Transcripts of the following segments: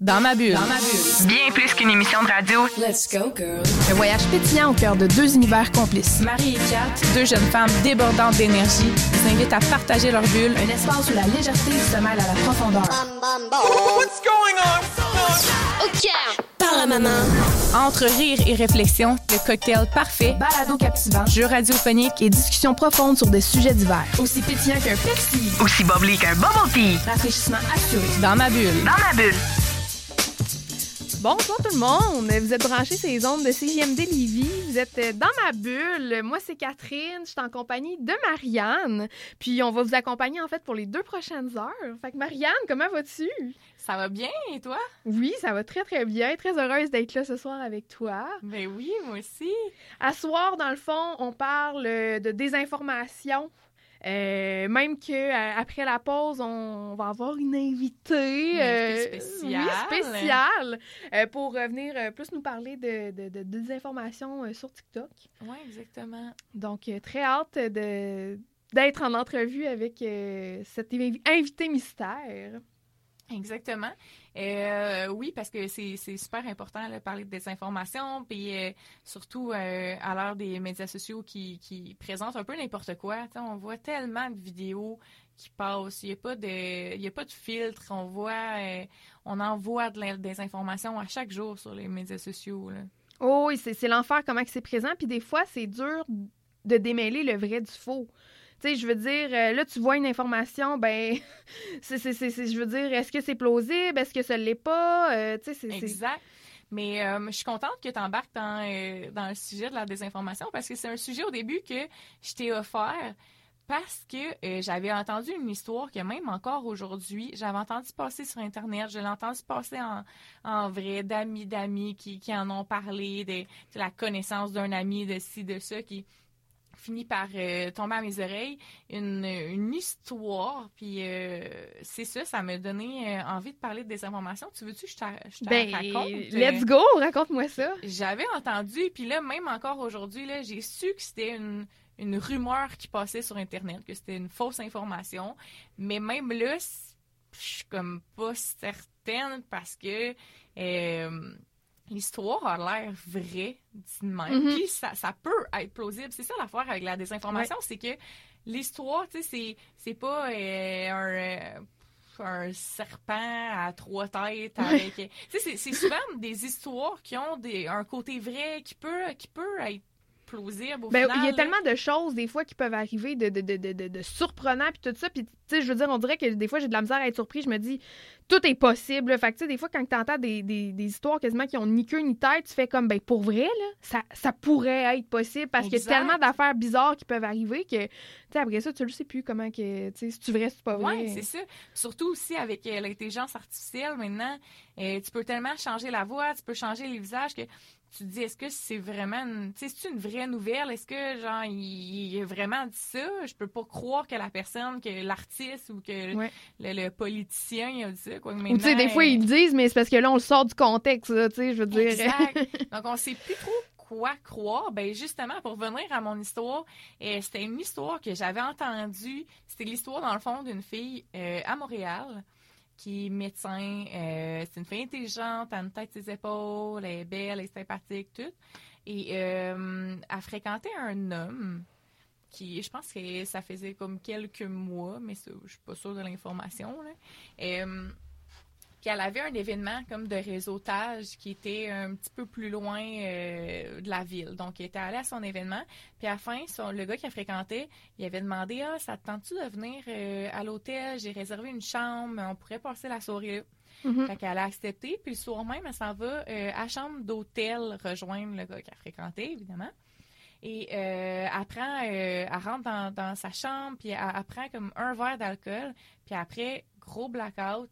Dans ma bulle. Dans ma bulle. Bien plus qu'une émission de radio. Let's go, girl. Un voyage pétillant au cœur de deux univers complices. Marie et Kat, Deux jeunes femmes débordantes d'énergie qui s'invitent à partager leur bulle. un espace où la légèreté se mêle à la profondeur. What's going on? OK. Par la maman. Entre rire et réflexion, le cocktail parfait, Balado captivant. jeux radiophoniques et discussions profondes sur des sujets divers. Aussi pétillant qu'un Pepsi. Aussi bubbly qu'un bubble tea. Rafraîchissement assuré. Dans ma bulle. Dans ma bulle. Bonsoir tout le monde, vous êtes branchés sur les ondes de CJMD Lévis, vous êtes dans ma bulle. Moi c'est Catherine, je suis en compagnie de Marianne, puis on va vous accompagner en fait pour les 2 prochaines heures. Fait que Marianne, comment vas-tu? Ça va bien, et toi? Oui, ça va très très bien, très heureuse d'être là ce soir avec toi. Ben oui, moi aussi. À soir, dans le fond, on parle de désinformation. Même qu'après la pause, on va avoir une invitée spéciale. oui, spéciale pour venir plus nous parler de désinformation sur TikTok. Oui, exactement. Donc, très hâte d'être en entrevue avec cet invité mystère. Exactement. Oui, parce que c'est super important de parler de désinformation, puis surtout à l'heure des médias sociaux qui présentent un peu n'importe quoi. T'sais, on voit tellement de vidéos qui passent, il n'y a pas de filtre, on envoie de la désinformation à chaque jour sur les médias sociaux. Là. Oh oui, c'est l'enfer comment que c'est présent, puis des fois, c'est dur de démêler le vrai du faux. Tu sais, je veux dire, là, tu vois une information, ben, je veux dire, est-ce que c'est plausible? Est-ce que ça l'est pas? Tu sais, Exact. Mais je suis contente que tu embarques dans le sujet de la désinformation parce que c'est un sujet au début que je t'ai offert parce que j'avais entendu une histoire que même encore aujourd'hui, j'avais entendu passer sur Internet, je l'ai entendu passer en vrai, d'amis qui en ont parlé, de la connaissance d'un ami, de ci, de ça, qui finit par tomber à mes oreilles, une histoire, puis c'est ça m'a donné envie de parler de désinformation. Tu veux-tu que je te raconte? Let's go, raconte-moi ça. J'avais entendu, puis là, même encore aujourd'hui, là, j'ai su que c'était une rumeur qui passait sur Internet, que c'était une fausse information, mais même là, je suis comme pas certaine parce que l'histoire a l'air vraie, dit de même. Mm-hmm. Puis ça peut être plausible. C'est ça l'affaire avec la désinformation, c'est que l'histoire, tu sais, c'est pas un serpent à 3 têtes avec... Tu sais, c'est souvent des histoires qui ont un côté vrai qui peut être plausible au final. Il y a tellement de choses, des fois, qui peuvent arriver de surprenants, puis tout ça. Puis, tu sais, je veux dire, on dirait que des fois, j'ai de la misère à être surpris. Je me dis, tout est possible. Là. Fait que, tu sais, des fois, quand tu entends des histoires quasiment qui ont ni queue ni tête, tu fais comme, ben, pour vrai, là, ça pourrait être possible. Parce qu'il y a tellement d'affaires bizarres qui peuvent arriver que, tu sais, après ça, tu ne sais plus comment que, tu sais, si tu vrai, si c'est pas vrai. Oui, c'est ça. Surtout aussi avec l'intelligence artificielle, maintenant, tu peux tellement changer la voix, tu peux changer les visages que tu te dis, est-ce que c'est vraiment c'est une vraie nouvelle? Est-ce que, genre, il a vraiment dit ça? Je peux pas croire que la personne, que l'artiste ou que le politicien, il a dit ça. Quoi. Ou, tu sais, des fois, ils le disent, mais c'est parce que là, on le sort du contexte, là, tu sais, je veux dire. Exact. Donc, on sait plus trop quoi croire. Ben justement, pour revenir à mon histoire, c'était une histoire que j'avais entendue. C'était l'histoire, dans le fond, d'une fille à Montréal qui est médecin. C'est une fille intelligente, elle a une tête sur ses épaules, elle est belle, elle est sympathique, tout. Et elle fréquentait un homme qui, je pense que ça faisait comme quelques mois, mais ça, je suis pas sûre de l'information, là. Puis elle avait un événement comme de réseautage qui était un petit peu plus loin de la ville. Donc, elle était allée à son événement. Puis à la fin, le gars qu'elle fréquentait, il avait demandé « Ah, ça te tente-tu de venir à l'hôtel? J'ai réservé une chambre, on pourrait passer la soirée là. » Fait qu'elle a accepté. Puis le soir même, elle s'en va à la chambre d'hôtel rejoindre le gars qu'elle fréquentait, évidemment. Et elle rentre dans sa chambre, puis elle prend comme un verre d'alcool. Puis après, gros blackout,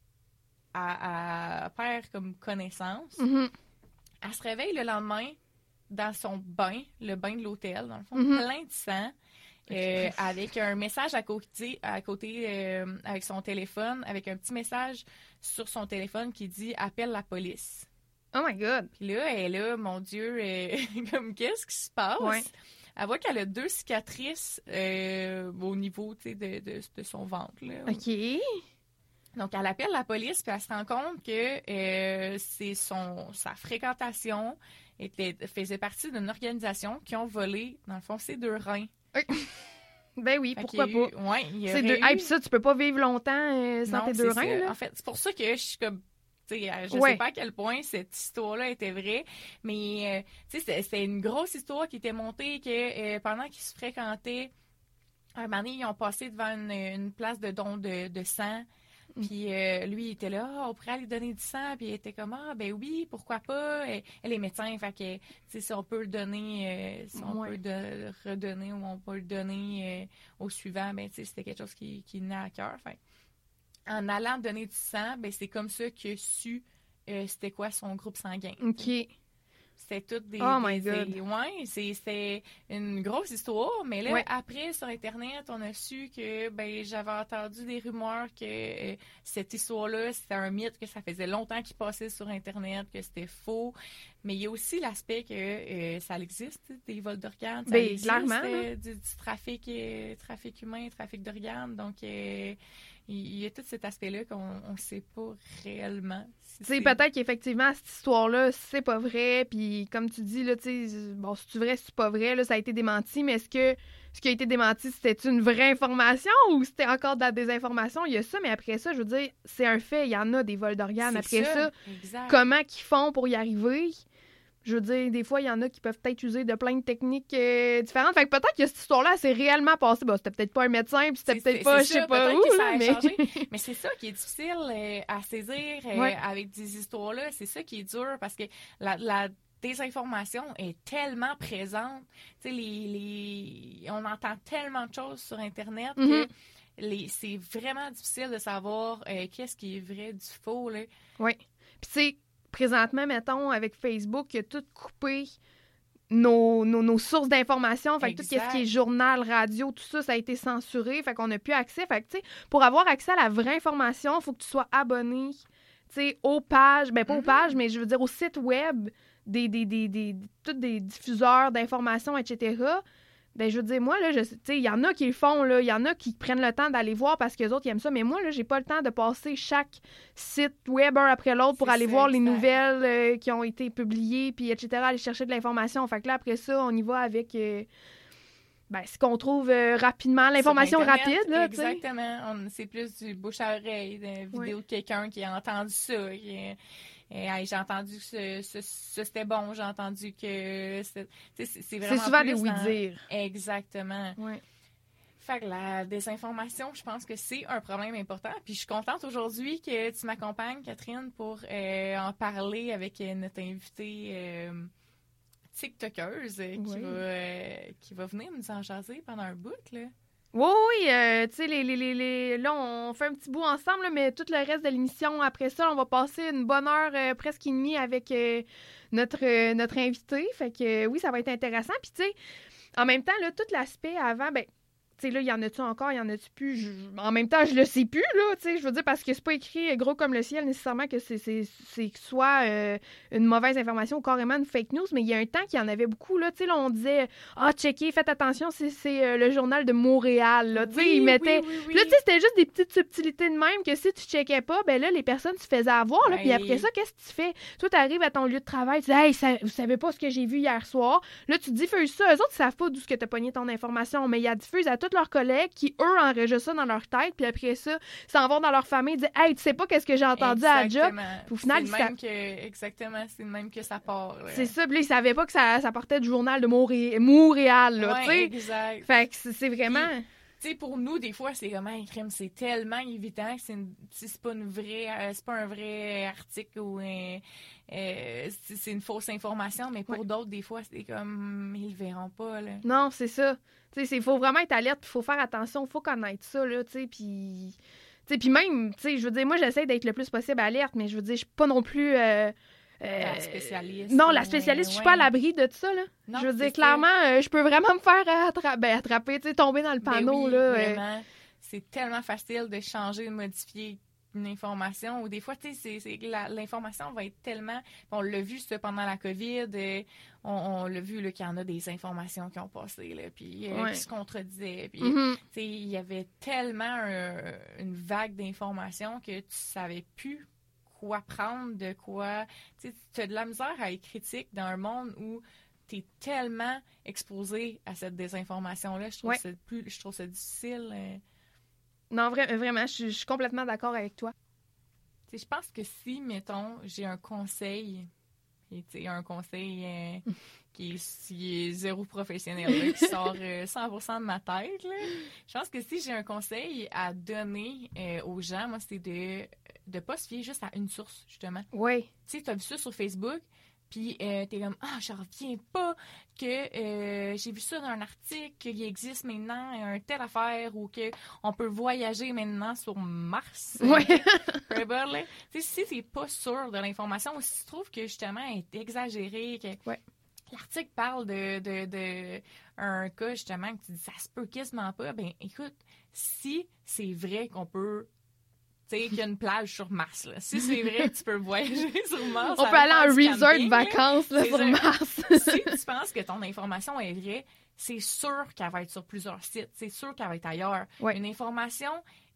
à perd comme connaissance. Mm-hmm. Elle se réveille le lendemain dans son bain, le bain de l'hôtel, dans le fond, plein de sang, avec un message à côté avec son téléphone, avec un petit message sur son téléphone qui dit « Appelle la police ». Oh my God! Puis là, elle est là, mon Dieu, comme qu'est-ce qui se passe? Ouais. Elle voit qu'elle a 2 cicatrices au niveau, tu sais, de son ventre. Là. OK. Donc, elle appelle la police, puis elle se rend compte que sa fréquentation faisait partie d'une organisation qui ont volé, dans le fond, ses 2 reins. Ben oui, Fait pourquoi qu'il y a pas? eu- ouais, il y C'est aurait deux... eu- Hey, puis ça, tu peux pas vivre longtemps sans Non, tes c'est 2 ça. reins, là. En fait, c'est pour ça que je suis comme... Tu sais, je Ouais. sais pas à quel point cette histoire-là était vraie, mais tu sais, c'était une grosse histoire qui était montée que pendant qu'ils se fréquentaient, un moment donné, ils ont passé devant une place de don de sang. Puis lui, il était là, on pourrait aller donner du sang. Puis il était comme, ben oui, pourquoi pas. Elle est médecin, fait que, tu sais, si on peut le donner, si on peut le redonner ou on peut le donner au suivant, ben, tu sais, c'était quelque chose qui venait à cœur. Fait en allant donner du sang, ben, c'est comme ça qu'il a su c'était quoi son groupe sanguin. OK. C'était toutes des... Oh my God. Ouais, c'était une grosse histoire, mais là, Ouais. après, sur Internet, on a su que, ben, j'avais entendu des rumeurs que cette histoire-là, c'était un mythe, que ça faisait longtemps qu'il passait sur Internet, que c'était faux. Mais il y a aussi l'aspect que ça existe, des vols d'organes. Ça Ben, existe, clairement, là. du trafic humain, trafic d'organes. Donc, il y a tout cet aspect-là qu'on ne sait pas réellement. Si Tu sais, c'est- peut-être qu'effectivement, cette histoire-là, c'est pas vrai. Puis, comme tu dis, là, tu sais, bon, c'est vrai, c'est pas vrai, là, ça a été démenti. Mais est-ce que ce qui a été démenti, c'était une vraie information ou c'était encore de la désinformation? Il y a ça, mais après ça, je veux dire, c'est un fait. Il y en a des vols d'organes. c'est Après ça, exact. comment qu'ils font pour y arriver? Je veux dire, des fois, il y en a qui peuvent peut-être user de plein de techniques différentes. Fait que peut-être que cette histoire-là, elle s'est réellement passée. Bon, c'était peut-être pas un médecin, puis c'était peut-être pas, je sais ça, pas peut-être où, que ça là, a mais... changé. Mais c'est ça qui est difficile à saisir Ouais. avec des histoires-là. C'est ça qui est dur parce que la désinformation est tellement présente. Tu sais, on entend tellement de choses sur Internet Mhm. que c'est vraiment difficile de savoir qu'est-ce qui est vrai du faux, là. Oui. Puis, tu sais, présentement, mettons, avec Facebook, il a tout coupé nos sources d'informations. Fait que tout Exact. ce qui est journal, radio, tout ça, ça a été censuré. Fait qu'on n'a plus accès. Fait que, tu sais, pour avoir accès à la vraie information, il faut que tu sois abonné, tu sais, aux pages, ben pas aux pages, mais je veux dire au site web tous des diffuseurs d'informations, etc. Ben, je veux dire, moi, là, tu sais, il y en a qui le font, là, il y en a qui prennent le temps d'aller voir parce que les autres, ils aiment ça, mais moi, là, j'ai pas le temps de passer chaque site web un après l'autre pour C'est aller ça, voir les exact. nouvelles qui ont été publiées, puis etc., aller chercher de l'information. Fait que là, après ça, on y va avec ce qu'on trouve rapidement, l'information Sur Internet, rapide, là, tu sais. exactement. C'est plus du bouche à oreille, une vidéo de quelqu'un qui a entendu ça. Hey, j'ai entendu que ça, c'était bon, j'ai entendu que c'est vraiment C'est souvent plus des dans- oui-dire. Exactement. Ouais. Fait que la désinformation, je pense que c'est un problème important. Puis je suis contente aujourd'hui que tu m'accompagnes, Catherine, pour en parler avec notre invitée TikTokeuse qui va venir nous en jaser pendant un bout, là. Oui, tu sais, là, on fait un petit bout ensemble, là, mais tout le reste de l'émission, après ça, on va passer une bonne heure, presque et demie, avec notre invité. Fait que oui, ça va être intéressant. Puis, tu sais, en même temps, là, tout l'aspect avant, ben, tu sais, là, il y en a-tu encore, il y en a-tu plus? En même temps, je le sais plus, là, tu sais, je veux dire, parce que c'est pas écrit gros comme le ciel, nécessairement, que c'est soit une mauvaise information ou carrément une fake news, mais il y a un temps qu'il y en avait beaucoup, là, tu sais, là, on disait, checkez, faites attention, c'est le journal de Montréal, là, tu sais, ils mettaient... Puis là, tu sais, c'était juste des petites subtilités de même que si tu checkais pas, ben là, les personnes se faisaient avoir, là, puis après ça, qu'est-ce que tu fais? Toi, t'arrives à ton lieu de travail, tu dis, hey, vous savez pas ce que j'ai vu hier soir. Là, tu diffuses ça. Eux autres, ils savent pas d'où ce que t'as pogné ton information, mais ils diffusent à tous leurs collègues qui, eux, enregistrent ça dans leur tête, puis après ça, s'en vont dans leur famille, disent, hey, tu sais pas qu'est-ce que j'ai entendu à la job. Puis au final, exactement, c'est le même que ça part. Là. C'est ça, puis là, ils savaient pas que ça partait du journal de Montréal, là, ouais, tu sais. exact. Fait que c'est vraiment... Tu sais, pour nous, des fois, c'est vraiment un crime. C'est tellement évident que c'est pas un vrai article ou c'est une fausse information, mais pour d'autres, des fois, c'est comme ils le verront pas, là. Non, c'est ça. Tu sais, il faut vraiment être alerte, il faut faire attention, il faut connaître ça, là, tu sais, puis... Tu sais, puis même, tu sais, je veux dire, moi, j'essaie d'être le plus possible alerte, mais je veux dire, je suis pas non plus... la spécialiste. Non, la spécialiste, je suis pas à l'abri de ça, là. Non, je veux dire, clairement, je peux vraiment me faire attraper, tu sais, tomber dans le panneau, oui, là. Vraiment, c'est tellement facile de changer, de modifier une information, ou des fois, tu sais, l'information va être tellement... On l'a vu ça pendant la COVID, on l'a vu là, qu'il y en a des informations qui ont passé, là, puis qui se contredisaient. Puis, tu sais, il y avait tellement une vague d'informations que tu savais plus quoi prendre, de quoi... Tu sais, tu as de la misère à être critique dans un monde où tu es tellement exposé à cette désinformation-là. Je trouve ça difficile. Non, vraiment, je suis complètement d'accord avec toi. Tu sais, je pense que si, mettons, j'ai un conseil, et tu sais, un conseil qui est zéro professionnel, là, qui sort 100% de ma tête, là, je pense que si j'ai un conseil à donner aux gens, moi, c'est de pas se fier juste à une source, justement. Oui. Tu sais, tu as vu ça sur Facebook, puis t'es comme, je reviens pas que j'ai vu ça dans un article, qu'il existe maintenant un telle affaire ou qu'on peut voyager maintenant sur Mars. Oui. Si c'est pas sûr de l'information ou si tu trouves que justement elle est exagérée, que l'article parle de un cas justement que tu dis ça se peut quasiment pas, ben écoute, si c'est vrai qu'on peut... Tu sais, qu'il y a une plage sur Mars. Là. Si c'est vrai, tu peux voyager sur Mars. On peut aller en resort de vacances là, sur Mars. Si tu penses que ton information est vraie, c'est sûr qu'elle va être sur plusieurs sites. C'est sûr qu'elle va être ailleurs. Ouais. Une information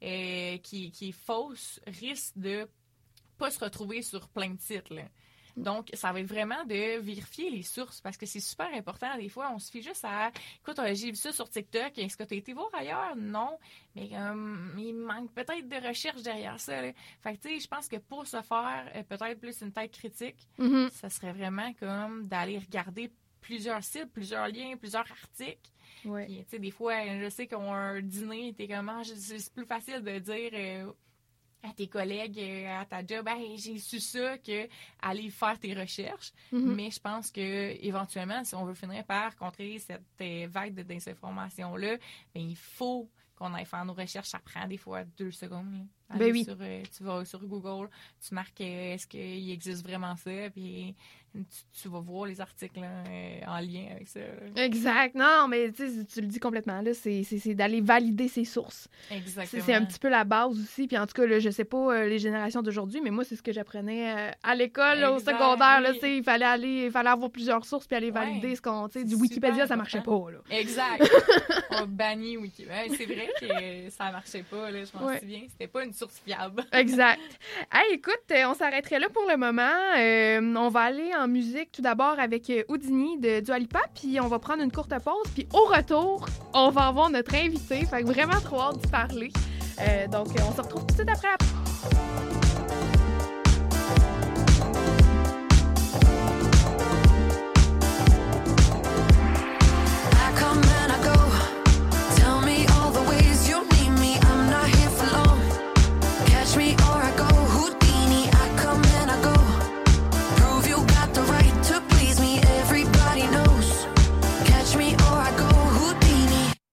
qui est fausse risque de pas se retrouver sur plein de sites. Là. Donc, ça va être vraiment de vérifier les sources parce que c'est super important. Des fois, on se fie juste à « Écoute, j'ai vu ça sur TikTok. Est-ce que tu as été voir ailleurs? » Non. Mais il manque peut-être de recherche derrière ça. Là. Fait que, tu sais, je pense que pour se faire peut-être plus une tête critique, ça serait vraiment comme d'aller regarder plusieurs sites, plusieurs liens, plusieurs articles. Ouais. Puis, tu sais, des fois, je sais qu'on a un dîner, t'es comme « C'est plus facile de dire... à tes collègues, à ta job, hey, j'ai su ça, que aller faire tes recherches. Mais je pense que éventuellement, si on veut finir par contrer cette vague de désinformation-là, ben, il faut qu'on aille faire nos recherches. Ça prend des fois 2 secondes. Ben oui. Tu vas sur Google, tu marques est-ce qu'il existe vraiment ça, puis tu vas voir les articles en lien avec ça. Là. Exact. Non, mais tu le dis complètement, là, c'est d'aller valider ses sources. Exactement. C'est un petit peu la base aussi. Puis en tout cas, là, je sais pas les générations d'aujourd'hui, mais moi, c'est ce que j'apprenais à l'école, au secondaire. Là, il fallait avoir plusieurs sources puis aller valider ce qu'on... Du Wikipédia, ça marchait pas. Là. Exact. On bannit Wikipédia. C'est vrai que ça marchait pas. Là, je m'en souviens. C'était pas une source fiable. Exact. Hey, écoute, on s'arrêterait là pour le moment. On va aller en musique tout d'abord avec Houdini de Dua Lipa, puis on va prendre une courte pause, puis au retour, on va avoir notre invité. Fait que vraiment trop hâte d'y parler. Donc, on se retrouve tout de suite après.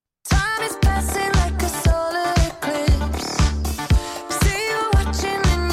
Time is passing like a solar eclipse. See you watching in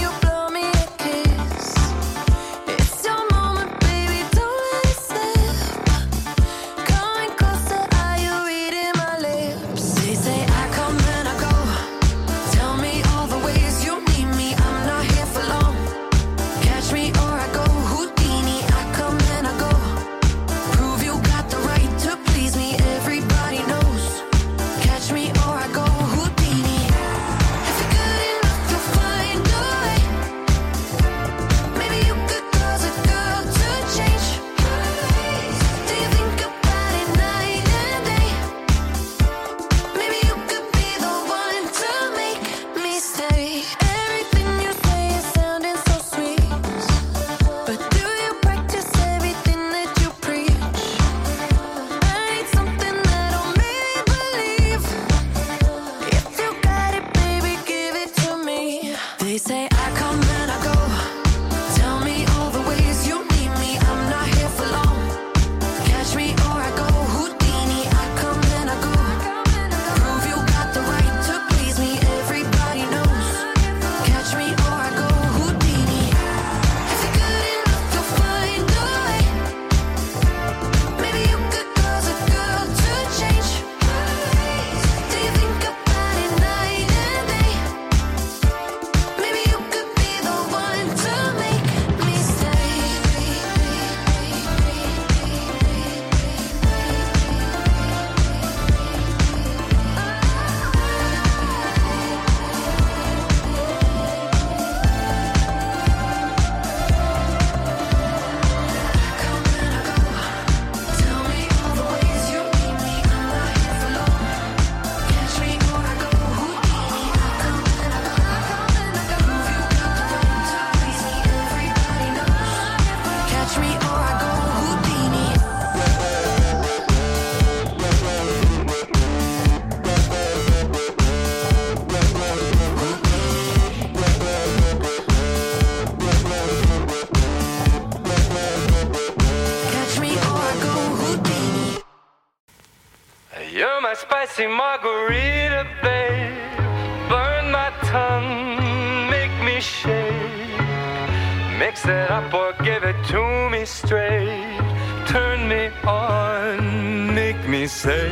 spicy margarita, babe. Burn my tongue, make me shake. Mix it up or give it to me straight. Turn me on, make me say.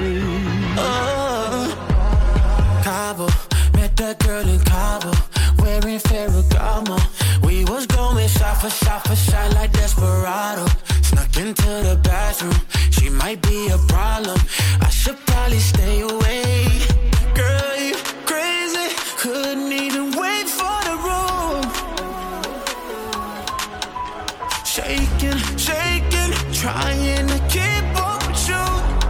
Cabo, met that girl in Cabo, wearing Ferragamo. We was going shot for shot for shot like Desperado. Snuck into the bathroom, she might be a problem. I should probably stay away. Girl, you crazy, couldn't even wait for the room. Shaking, shaking, trying to keep up with you.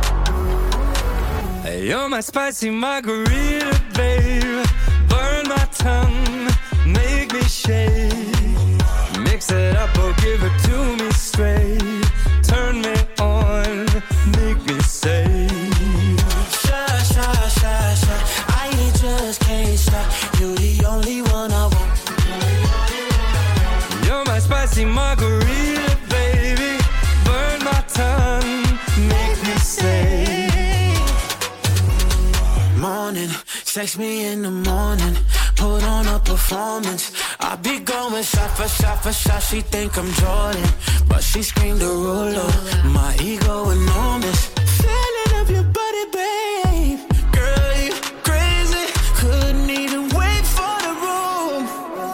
Hey, you're my spicy margarita, babe. Burn my tongue, make me shake. Mix it up or give it to me straight. Turn me on, make me say. Shy, shy, shy, shy, I just can't stop. You're the only one I want. You're my spicy margarita, baby. Burn my tongue, make me say. Morning, text me in the morning. Put on a performance. I be going shot for shot for shot. She think I'm Jordan, but she screamed a ruler. My ego enormous. Feeling of your body, babe. Girl, you crazy. Couldn't even wait for the room.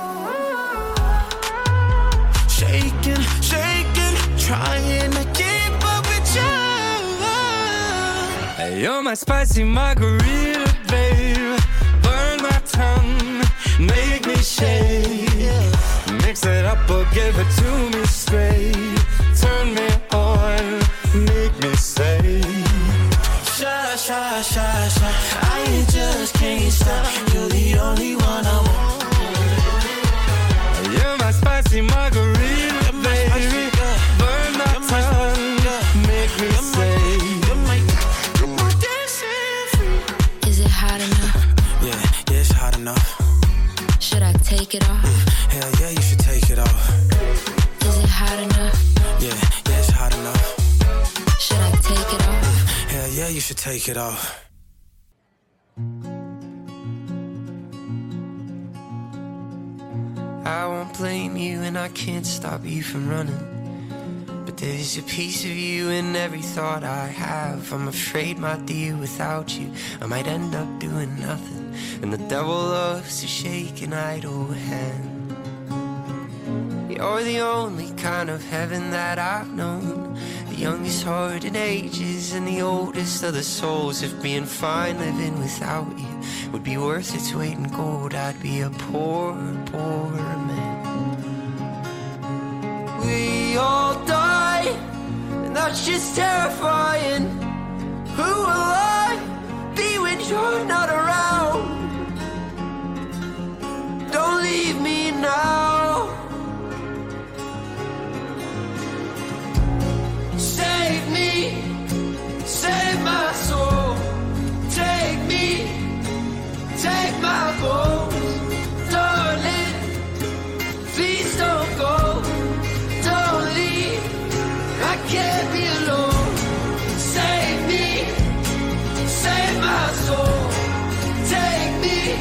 Shaking, shaking, trying to keep up with you. Hey, you're my spicy margarita, babe. Burn my tongue, make me shake. Mix it up or give it to me straight. Turn me on, make me say. Shy, shy, shy, shy, I just can't stop. You're the only one I want. You're my spicy margarita, baby. Burn my tongue, make me say. Is it hot enough? Yeah, it's hot enough. Should I take it off? Hell yeah, you should take it off. Is it hot enough? Yeah, it's hot enough. Should I take it off? Hell yeah, you should take it off. I won't blame you and I can't stop you from running. But there's a piece of you in every thought I have. I'm afraid, my dear, without you I might end up doing nothing. And the devil loves to shake an idle hand. You're the only kind of heaven that I've known. The youngest heart in ages and the oldest of the souls. If being fine living without you would be worth its weight in gold, I'd be a poor, poor man. We all die, and that's just terrifying. Who will I be when you're not around? Don't leave me now. Save me, save my soul. Take me, take my bones. Darling, please don't go. Don't leave, I can't be alone. Save me, save my soul. Take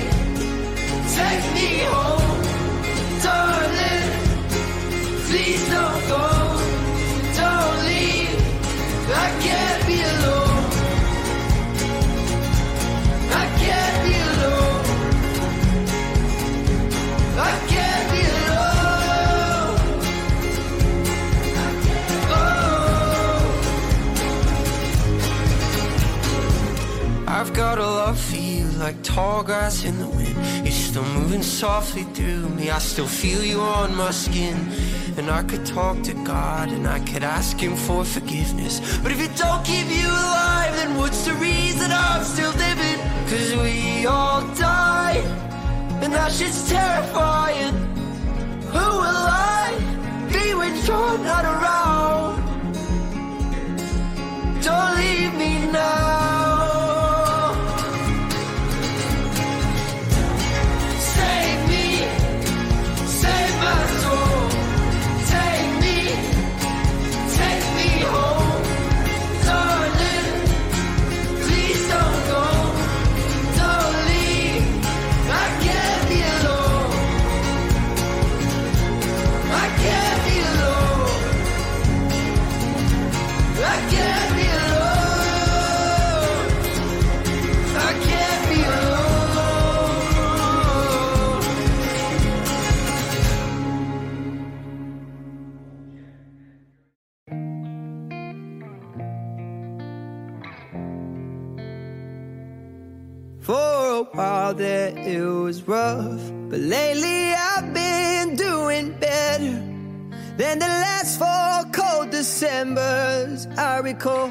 me home. Darling, please don't go. Don't leave, I can't be alone. I can't be alone. I can't be alone. Oh. I've got a love for you like tall grass in the wind. You're still moving softly through me. I still feel you on my skin. And I could talk to God and I could ask him for forgiveness. But if it don't keep you alive, then what's the reason I'm still living? 'Cause we all die, and that shit's terrifying. Who will I be when you're not around? Don't leave me now. Save me, save my soul. Take me home. Darling, please don't go. a while there it was rough, but lately I've been doing better than the last 4 cold Decembers I recall.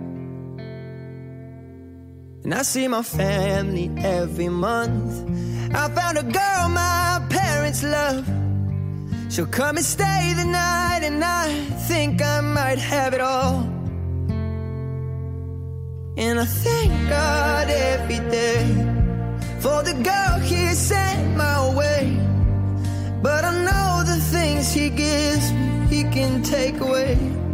And I see my family every month. I found a girl my parents love. She'll come and stay the night, and I think I might have it all. And I thank God every day for the girl He sent my way. But I know the things He gives me, He can take away.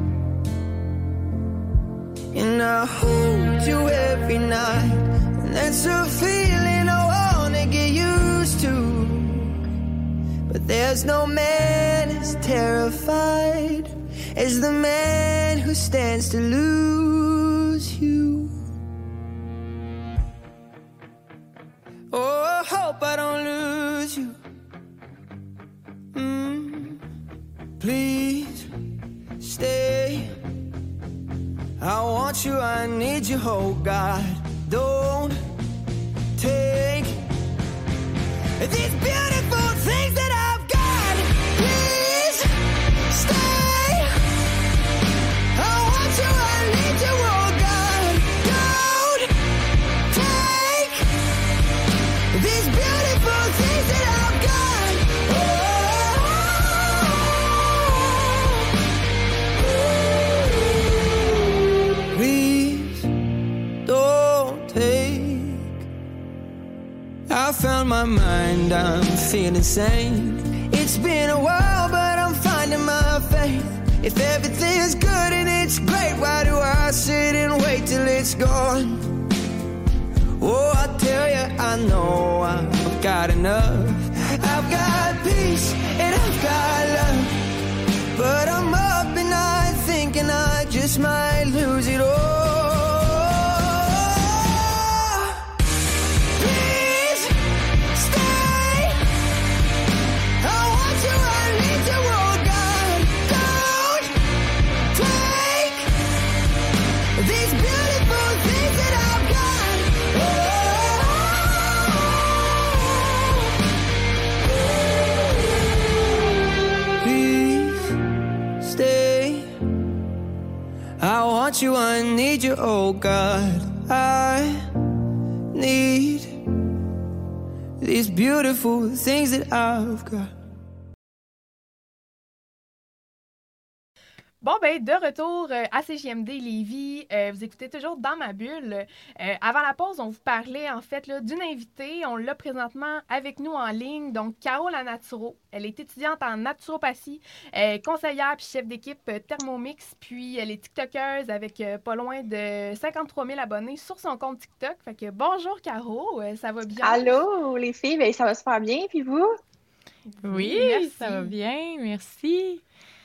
And I hold you every night, and that's a feeling I wanna get used to. But there's no man as terrified as the man who stands to lose you. Oh, I hope I don't lose you. Please stay. I want you, I need you, oh God. Don't take these beautiful things that I've got. Please stay. I want you, I need you, oh God. Don't take these beautiful things that I've got. Please don't take. I found my mind, I'm feeling sane. It's been a while, but I'm finding my faith. If everything's good and it's great, why do I sit and wait till it's gone? Oh, I tell you, I know I've got enough. I've got peace and I've got love, but I'm up and I thinking I just might lose it all. I want you, I need you, oh God. I need these beautiful things that I've got. Bon, ben, de retour à CJMD Lévis, vous écoutez toujours Dans ma bulle. Avant la pause, on vous parlait en fait là, d'une invitée. On l'a présentement avec nous en ligne, donc Caro la Naturo. Elle est étudiante en naturopathie, conseillère puis chef d'équipe Thermomix, puis elle est tiktokeuse avec pas loin de 53 000 abonnés sur son compte TikTok. Fait que bonjour Caro, ça va bien? Allô les filles, ben, ça va super bien, puis vous? Oui, merci. Ça va bien, merci.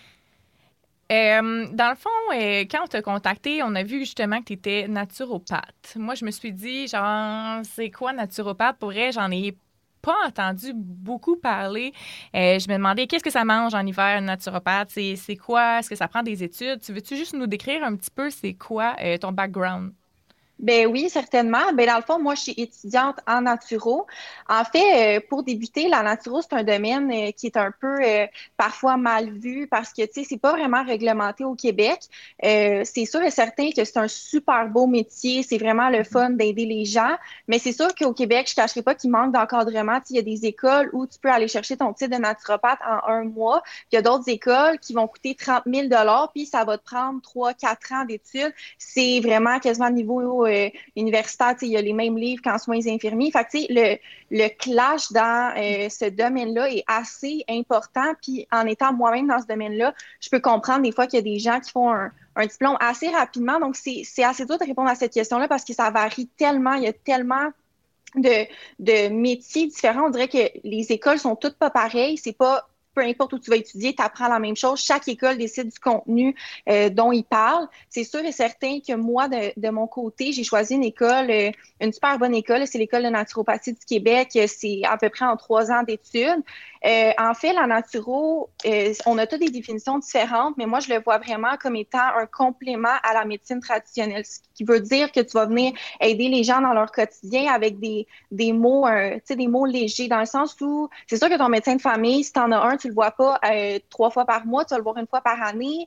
Dans le fond, quand on t'a contacté, on a vu justement que tu étais naturopathe. Moi, je me suis dit, genre, c'est quoi naturopathe? Pour vrai, j'en ai pas entendu beaucoup parler. Je me demandais, qu'est-ce que ça mange en hiver, un naturopathe? C'est quoi? Est-ce que ça prend des études? Tu veux-tu juste nous décrire un petit peu c'est quoi ton background? Ben oui, certainement. Ben dans le fond, moi, je suis étudiante en naturo. En fait, pour débuter, la naturo, c'est un domaine qui est un peu parfois mal vu parce que, tu sais, c'est pas vraiment réglementé au Québec. C'est sûr et certain que c'est un super beau métier. C'est vraiment le fun d'aider les gens. Mais c'est sûr qu'au Québec, je cacherai pas qu'il manque d'encadrement. Tu sais, il y a des écoles où tu peux aller chercher ton titre de naturopathe en 1 mois. Puis il y a d'autres écoles qui vont coûter 30 000 $ puis ça va te prendre 3-4 ans d'études. C'est vraiment quasiment niveau universitaire, il y a les mêmes livres qu'en soins infirmiers. Fait que, le clash dans ce domaine-là est assez important. Puis en étant moi-même dans ce domaine-là, je peux comprendre des fois qu'il y a des gens qui font un diplôme assez rapidement. Donc, c'est assez dur de répondre à cette question-là parce que ça varie tellement. Il y a tellement de métiers différents. On dirait que les écoles sont toutes pas pareilles. C'est pas peu importe où tu vas étudier, tu apprends la même chose. Chaque école décide du contenu dont ils parlent. C'est sûr et certain que moi, de mon côté, j'ai choisi une école, une super bonne école. C'est l'École de naturopathie du Québec. C'est à peu près en 3 ans d'études. En fait, la naturo, on a toutes des définitions différentes, mais moi, je le vois vraiment comme étant un complément à la médecine traditionnelle, ce qui veut dire que tu vas venir aider les gens dans leur quotidien avec des mots, des mots légers, dans le sens où c'est sûr que ton médecin de famille, si tu en as un, tu le vois pas 3 fois par mois, tu vas le voir 1 fois par année.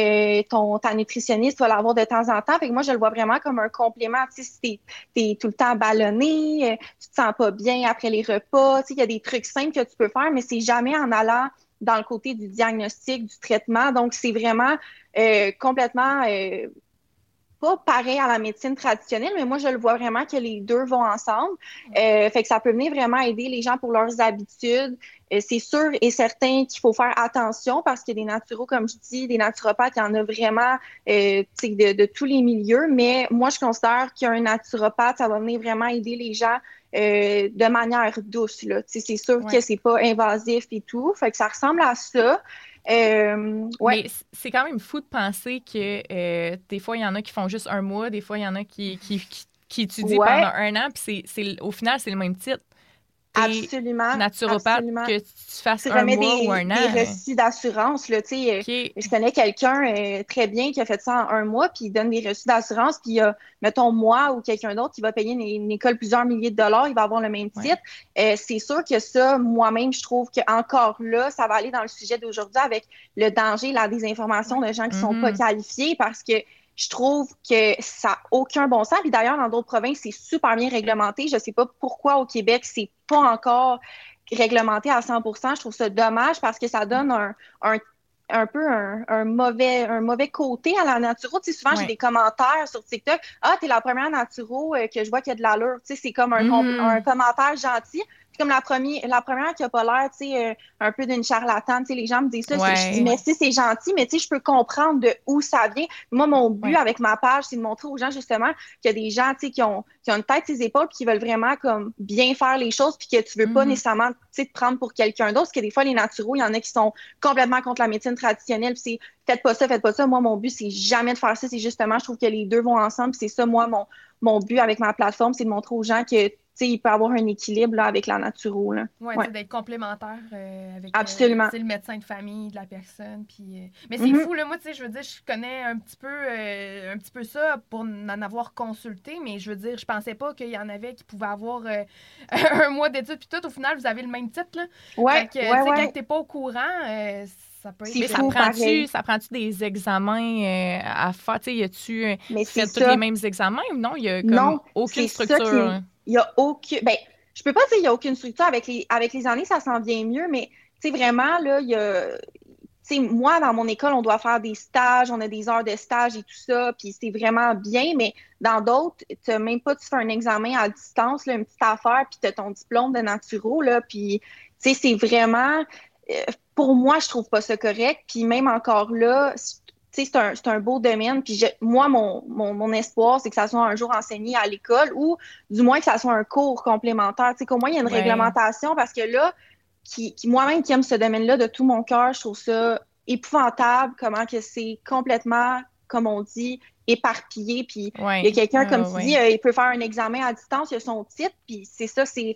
Ta nutritionniste, tu vas l'avoir de temps en temps. Fait que moi, je le vois vraiment comme un complément. Tu sais, si t'es tout le temps ballonné, tu te sens pas bien après les repas, tu sais, il y a des trucs simples que tu peux faire, mais c'est jamais en allant dans le côté du diagnostic, du traitement. Donc, c'est vraiment complètement pas pareil à la médecine traditionnelle, mais moi, je le vois vraiment que les deux vont ensemble. Fait que ça peut venir vraiment aider les gens pour leurs habitudes. C'est sûr et certain qu'il faut faire attention parce qu'il y a des naturaux, comme je dis, des naturopathes, il y en a vraiment de tous les milieux. Mais moi, je considère qu'un naturopathe, ça va venir vraiment aider les gens de manière douce. Là. C'est sûr que c'est pas invasif et tout. Fait que ça ressemble à ça. Mais c'est quand même fou de penser que des fois, il y en a qui font juste 1 mois, des fois, il y en a qui étudient pendant 1 an, puis au final, c'est le même titre. Absolument. Naturopathe, absolument. Que tu fasses tu 1 remets mois ou 1 an. des reçus d'assurance. Là, Je connais quelqu'un très bien qui a fait ça en 1 mois, puis il donne des reçus d'assurance, puis mettons moi ou quelqu'un d'autre qui va payer une école plusieurs milliers de dollars, il va avoir le même titre. C'est sûr que ça, moi-même, je trouve qu'encore là, ça va aller dans le sujet d'aujourd'hui avec le danger, la désinformation de gens qui sont pas qualifiés parce que je trouve que ça n'a aucun bon sens. Puis d'ailleurs, dans d'autres provinces, c'est super bien réglementé. Je ne sais pas pourquoi au Québec, c'est pas encore réglementé à 100%. Je trouve ça dommage parce que ça donne un peu un mauvais côté à la naturo. Tu sais, souvent, j'ai des commentaires sur TikTok. « Ah, t'es la première naturo que je vois qui a de l'allure. » Tu sais, c'est comme un commentaire gentil. Puis comme la première qui a pas l'air, tu sais, un peu d'une charlatane, tu sais, les gens me disent ça. Je dis, merci, c'est gentil, mais tu sais, je peux comprendre de où ça vient. Moi, mon but avec ma page, c'est de montrer aux gens, justement, qu'il y a des gens, tu sais, qui ont une tête sur les épaules puis qui veulent vraiment, comme, bien faire les choses puis que tu veux pas nécessairement, tu sais, te prendre pour quelqu'un d'autre. Parce que des fois, les naturaux, il y en a qui sont complètement contre la médecine traditionnelle puis c'est faites pas ça. Moi, mon but, c'est jamais de faire ça. C'est justement, je trouve que les deux vont ensemble. Puis c'est ça, moi, mon but avec ma plateforme, c'est de montrer aux gens que il peut y avoir un équilibre là, avec la naturo. Oui, d'être complémentaire avec Absolument. Le médecin de famille de la personne. Puis, mais c'est fou, là, moi, je veux dire, je connais un petit peu ça pour en avoir consulté, mais je veux dire, je pensais pas qu'il y en avait qui pouvaient avoir 1 mois d'études, puis tout, au final, vous avez le même titre. Là. Quand t'es pas au courant... ça peut être... Mais ça prend-tu des examens à faire? Y a-tu fait tous les mêmes examens ou non? Il y a comme aucune structure. Il y a aucune... Ben, je peux pas dire qu'il y a aucune structure. Avec les années, ça s'en vient mieux, mais vraiment, là, il y a... moi, dans mon école, on doit faire des stages, on a des heures de stage et tout ça, puis c'est vraiment bien, mais dans d'autres, tu fais un examen à distance, là, une petite affaire, puis tu as ton diplôme de naturo, là, puis, c'est vraiment... pour moi, je trouve pas ça correct, puis même encore là... c'est un beau domaine. Puis moi, mon espoir, c'est que ça soit un jour enseigné à l'école ou du moins que ça soit un cours complémentaire. Qu'au moins, il y a une réglementation parce que là, moi-même qui aime ce domaine-là de tout mon cœur, je trouve ça épouvantable comment que c'est complètement, comme on dit, éparpillé. Puis il y a quelqu'un, comme tu dis, il peut faire un examen à distance, il a son titre, puis c'est ça, c'est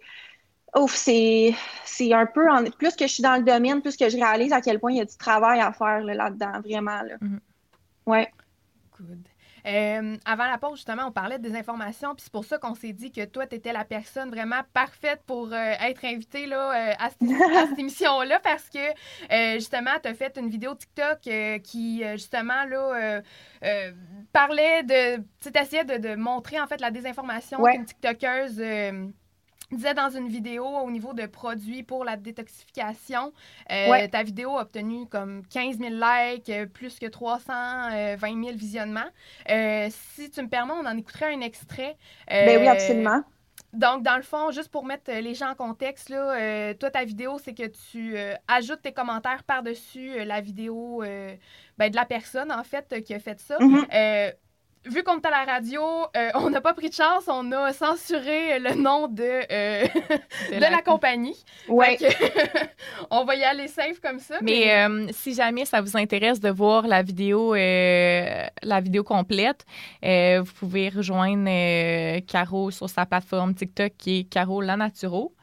un peu... plus que je suis dans le domaine, plus que je réalise à quel point il y a du travail à faire là-dedans, vraiment. Là. Ouais. Good. Avant la pause, justement, on parlait de désinformation, puis c'est pour ça qu'on s'est dit que toi, tu étais la personne vraiment parfaite pour être invitée là, à cette émission-là, parce que, justement, tu as fait une vidéo TikTok qui, justement, là, parlait de... Tu essayais de montrer, en fait, la désinformation qu'une TikTokeuse... disait dans une vidéo au niveau de produits pour la détoxification. Ta vidéo a obtenu comme 15 000 likes, plus que 320 000 visionnements. Si tu me permets, on en écouterait un extrait. Ben oui, absolument. Donc, dans le fond, juste pour mettre les gens en contexte, là, toi, ta vidéo, c'est que tu ajoutes tes commentaires par-dessus la vidéo de la personne, en fait, qui a fait ça. Vu qu'on est à la radio, on n'a pas pris de chance, on a censuré le nom de la compagnie. Ouais. On va y aller safe comme ça. Mais si jamais ça vous intéresse de voir la vidéo complète, vous pouvez rejoindre Caro sur sa plateforme TikTok qui est Caro la Naturo.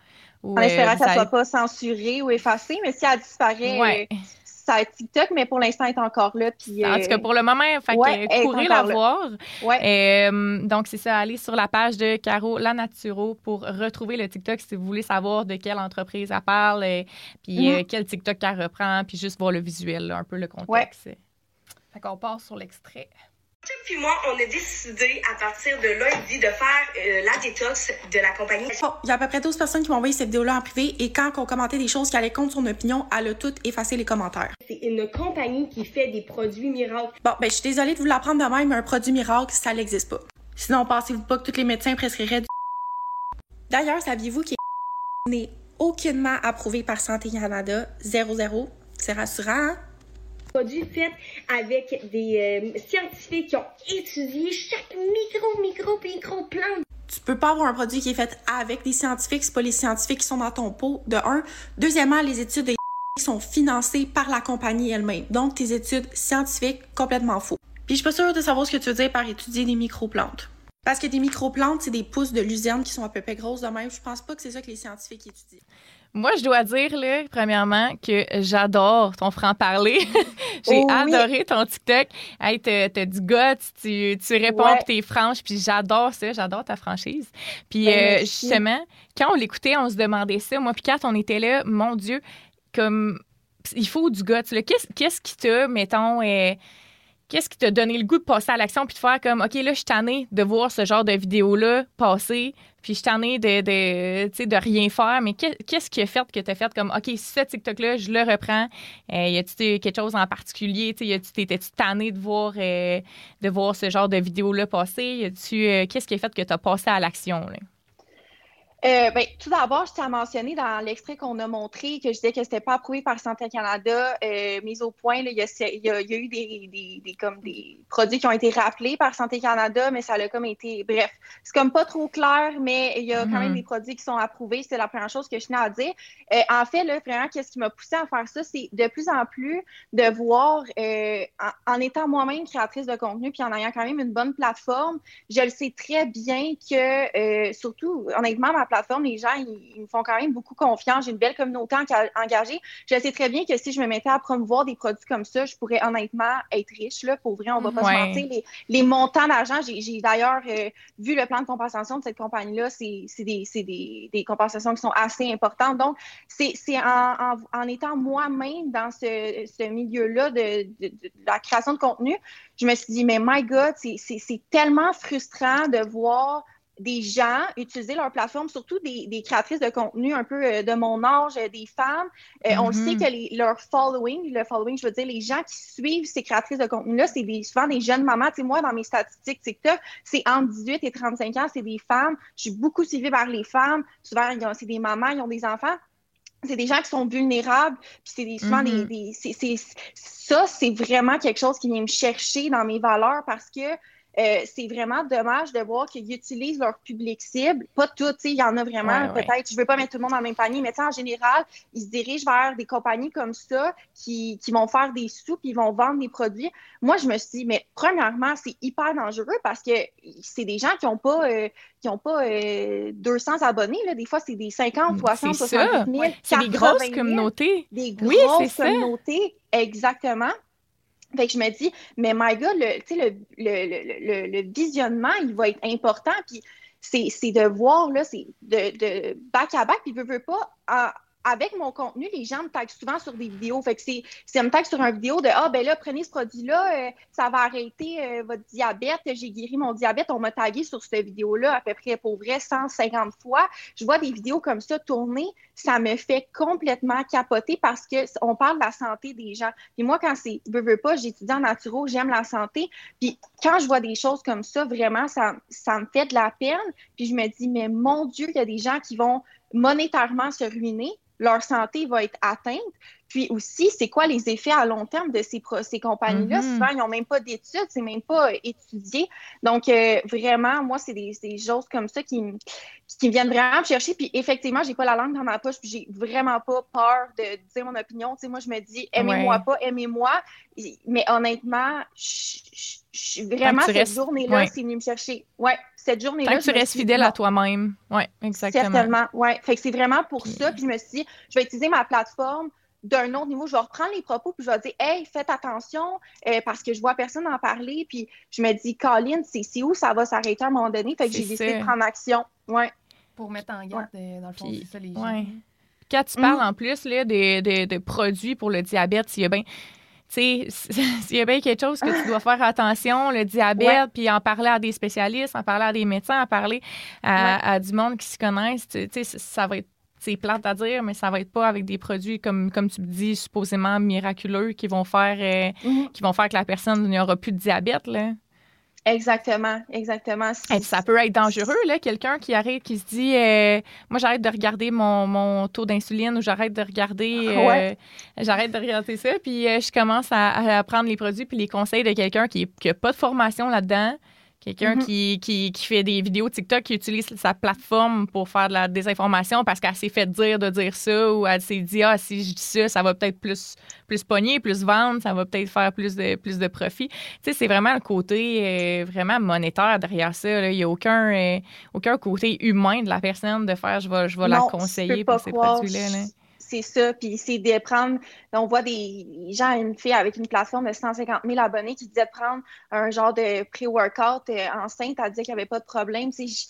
Ou, En espérant que ça vous soit allez- pas censuré ou effacé, mais si elle disparaît, Ouais. ça va être TikTok, mais pour l'instant, elle est encore là. Puis, En tout cas, pour le moment, fait ouais, que elle est courez la encore là. voir. Ouais. Donc, c'est ça, allez sur la page de Caro La Naturo pour retrouver le TikTok si vous voulez savoir de quelle entreprise elle parle, puis quel TikTok qu'elle reprend, puis juste voir le visuel, là, un peu le contexte. Fait qu'on part sur l'extrait. Puis moi, on a décidé à partir de lundi de faire la détox de la compagnie. Bon, il y a à peu près 12 personnes qui m'ont envoyé cette vidéo-là en privé et quand on commentait des choses qui allaient contre son opinion, elle a tout effacé les commentaires. C'est une compagnie qui fait des produits miracles. Bon, ben je suis désolée de vous l'apprendre de même, mais un produit miracle, ça n'existe pas. Sinon, pensez-vous pas que tous les médecins prescriraient du... D'ailleurs, saviez-vous qu'il n'est aucunement approuvé par Santé Canada? 0. C'est rassurant, hein? Produits faits avec des scientifiques qui ont étudié chaque micro plante. Tu peux pas avoir un produit qui est fait avec des scientifiques, c'est pas les scientifiques qui sont dans ton pot, de un. Deuxièmement, les études de sont financées par la compagnie elle-même. Donc, tes études scientifiques, complètement faux. Puis, je suis pas sûre de savoir ce que tu veux dire par étudier des microplantes. Parce que des microplantes, c'est des pousses de luzerne qui sont à peu près grosses de même. Je pense pas que c'est ça que les scientifiques étudient. Moi, je dois dire, là, premièrement, que j'adore ton franc-parler. J'ai adoré ton TikTok. Hey, t'as du guts, tu réponds, puis t'es franche, puis j'adore ça, j'adore ta franchise. Puis justement, quand on l'écoutait, on se demandait ça. Moi, puis quand on était là, mon Dieu, comme il faut du guts. Là. Qu'est-ce qui t'a, mettons... Qu'est-ce qui t'a donné le goût de passer à l'action puis de faire comme, OK, là, je suis tannée de voir ce genre de vidéo-là passer, puis je suis tannée de rien faire, mais qu'est-ce qui a fait que tu as fait comme, OK, ce TikTok-là, je le reprends. Y a-tu quelque chose en particulier? T'étais-tu tannée de voir ce genre de vidéo-là passer? Qu'est-ce qui a fait que tu as passé à l'action? Là? Tout d'abord, je tiens à mentionner dans l'extrait qu'on a montré que je disais que c'était pas approuvé par Santé Canada, mise au point, là, il y a eu des produits qui ont été rappelés par Santé Canada, mais ça a comme été... Bref, c'est comme pas trop clair, mais il y a quand même des produits qui sont approuvés. C'est la première chose que je tenais à dire. En fait, là, vraiment, qu'est-ce qui m'a poussée à faire ça, c'est de plus en plus de voir, en étant moi-même créatrice de contenu, puis en ayant quand même une bonne plateforme, je le sais très bien que, surtout, honnêtement, ma plateforme, les gens, ils me font quand même beaucoup confiance. J'ai une belle communauté engagée. Je sais très bien que si je me mettais à promouvoir des produits comme ça, je pourrais honnêtement être riche. Là, pour vrai, on va pas se mentir. Les montants d'argent, j'ai d'ailleurs vu le plan de compensation de cette compagnie-là. C'est des compensations qui sont assez importantes. Donc, c'est en étant moi-même dans ce milieu-là de la création de contenu, je me suis dit, mais my God, c'est tellement frustrant de voir des gens utiliser leur plateforme, surtout des créatrices de contenu un peu de mon âge, des femmes. On le sait que le following, je veux dire, les gens qui suivent ces créatrices de contenu-là, c'est souvent des jeunes mamans. Tu sais, moi, dans mes statistiques TikTok, c'est entre 18 et 35 ans, c'est des femmes. Je suis beaucoup suivie par les femmes. Souvent, c'est des mamans, ils ont des enfants. C'est des gens qui sont vulnérables, puis c'est souvent ça, c'est vraiment quelque chose qui vient me chercher dans mes valeurs parce que c'est vraiment dommage de voir qu'ils utilisent leur public cible. Pas tout, il y en a vraiment, peut-être, je veux pas mettre tout le monde dans le même panier, mais en général, ils se dirigent vers des compagnies comme ça qui vont faire des sous puis ils vont vendre des produits. Moi, je me suis dit, mais premièrement, c'est hyper dangereux parce que c'est des gens qui ont pas 200 abonnés. Là. Des fois, c'est des 50, 60, 70 000, c'est des grosses communautés. Des grosses communautés, exactement. Fait que je me dis, mais my God, le visionnement, il va être important. Puis c'est de voir, là, c'est de back à back, puis veut pas. Avec mon contenu, les gens me taguent souvent sur des vidéos. Fait que c'est me tague sur une vidéo de « Ah, ben là, prenez ce produit-là, ça va arrêter votre diabète. J'ai guéri mon diabète. » On m'a tagué sur cette vidéo-là à peu près, pour vrai, 150 fois. Je vois des vidéos comme ça tourner. Ça me fait complètement capoter parce qu'on parle de la santé des gens. Puis moi, quand c'est « veux pas », j'étudie en naturo, j'aime la santé. Puis quand je vois des choses comme ça, vraiment, ça me fait de la peine. Puis je me dis « Mais mon Dieu, il y a des gens qui vont monétairement se ruiner. Leur santé va être atteinte. Puis aussi, c'est quoi les effets à long terme de ces compagnies-là? Souvent, ils n'ont même pas d'études, c'est même pas étudié. Donc, vraiment, moi, c'est des choses comme ça qui viennent vraiment me chercher. Puis effectivement, j'ai pas la langue dans ma poche, puis j'ai vraiment pas peur de dire mon opinion. Tu sais, moi, je me dis, aimez-moi pas, aimez-moi. Mais honnêtement, vraiment, cette journée-là, c'est venu me chercher. Ouais, cette journée-là. Tant que tu restes fidèle à toi-même. Oui, exactement. Certainement, oui. Fait que c'est vraiment pour ça. Puis je me suis dit, je vais utiliser ma plateforme d'un autre niveau. Je vais reprendre les propos, puis je vais dire, hey, faites attention, parce que je vois personne en parler. Puis je me dis, Colin, c'est où ça va s'arrêter à un moment donné? Fait que j'ai décidé de prendre action. Ouais. Pour mettre en garde, dans le fond, c'est ça, les gens. Ouais. Quand tu parles en plus là, de produits pour le diabète, s'il y a bien. Tu sais, s'il y a bien quelque chose que tu dois faire attention, le diabète, puis en parler à des spécialistes, en parler à des médecins, en parler à du monde qui s'y connaissent, tu sais, ça va être, c'est plate à dire, mais ça va être pas avec des produits comme tu me dis, supposément miraculeux qui vont faire que la personne n'y aura plus de diabète, là. Exactement. Et puis ça peut être dangereux, là, quelqu'un qui se dit moi j'arrête de regarder mon taux d'insuline ou j'arrête de regarder ça, puis je commence à prendre les produits puis les conseils de quelqu'un qui n'a pas de formation là-dedans. Quelqu'un qui fait des vidéos TikTok, qui utilise sa plateforme pour faire de la désinformation parce qu'elle s'est fait dire de dire ça ou elle s'est dit « si je dis ça, ça va peut-être plus pogner, plus vendre, ça va peut-être faire plus de profit. » Tu sais, c'est vraiment le côté vraiment monétaire derrière ça. Là. Il n'y a aucun côté humain de la personne de faire « je vais la conseiller pour ces produits-là. » C'est ça, puis c'est de prendre... On voit des gens, une fille avec une plateforme de 150 000 abonnés qui disait de prendre un genre de pré-workout enceinte, elle disait qu'il n'y avait pas de problème. Tu sais,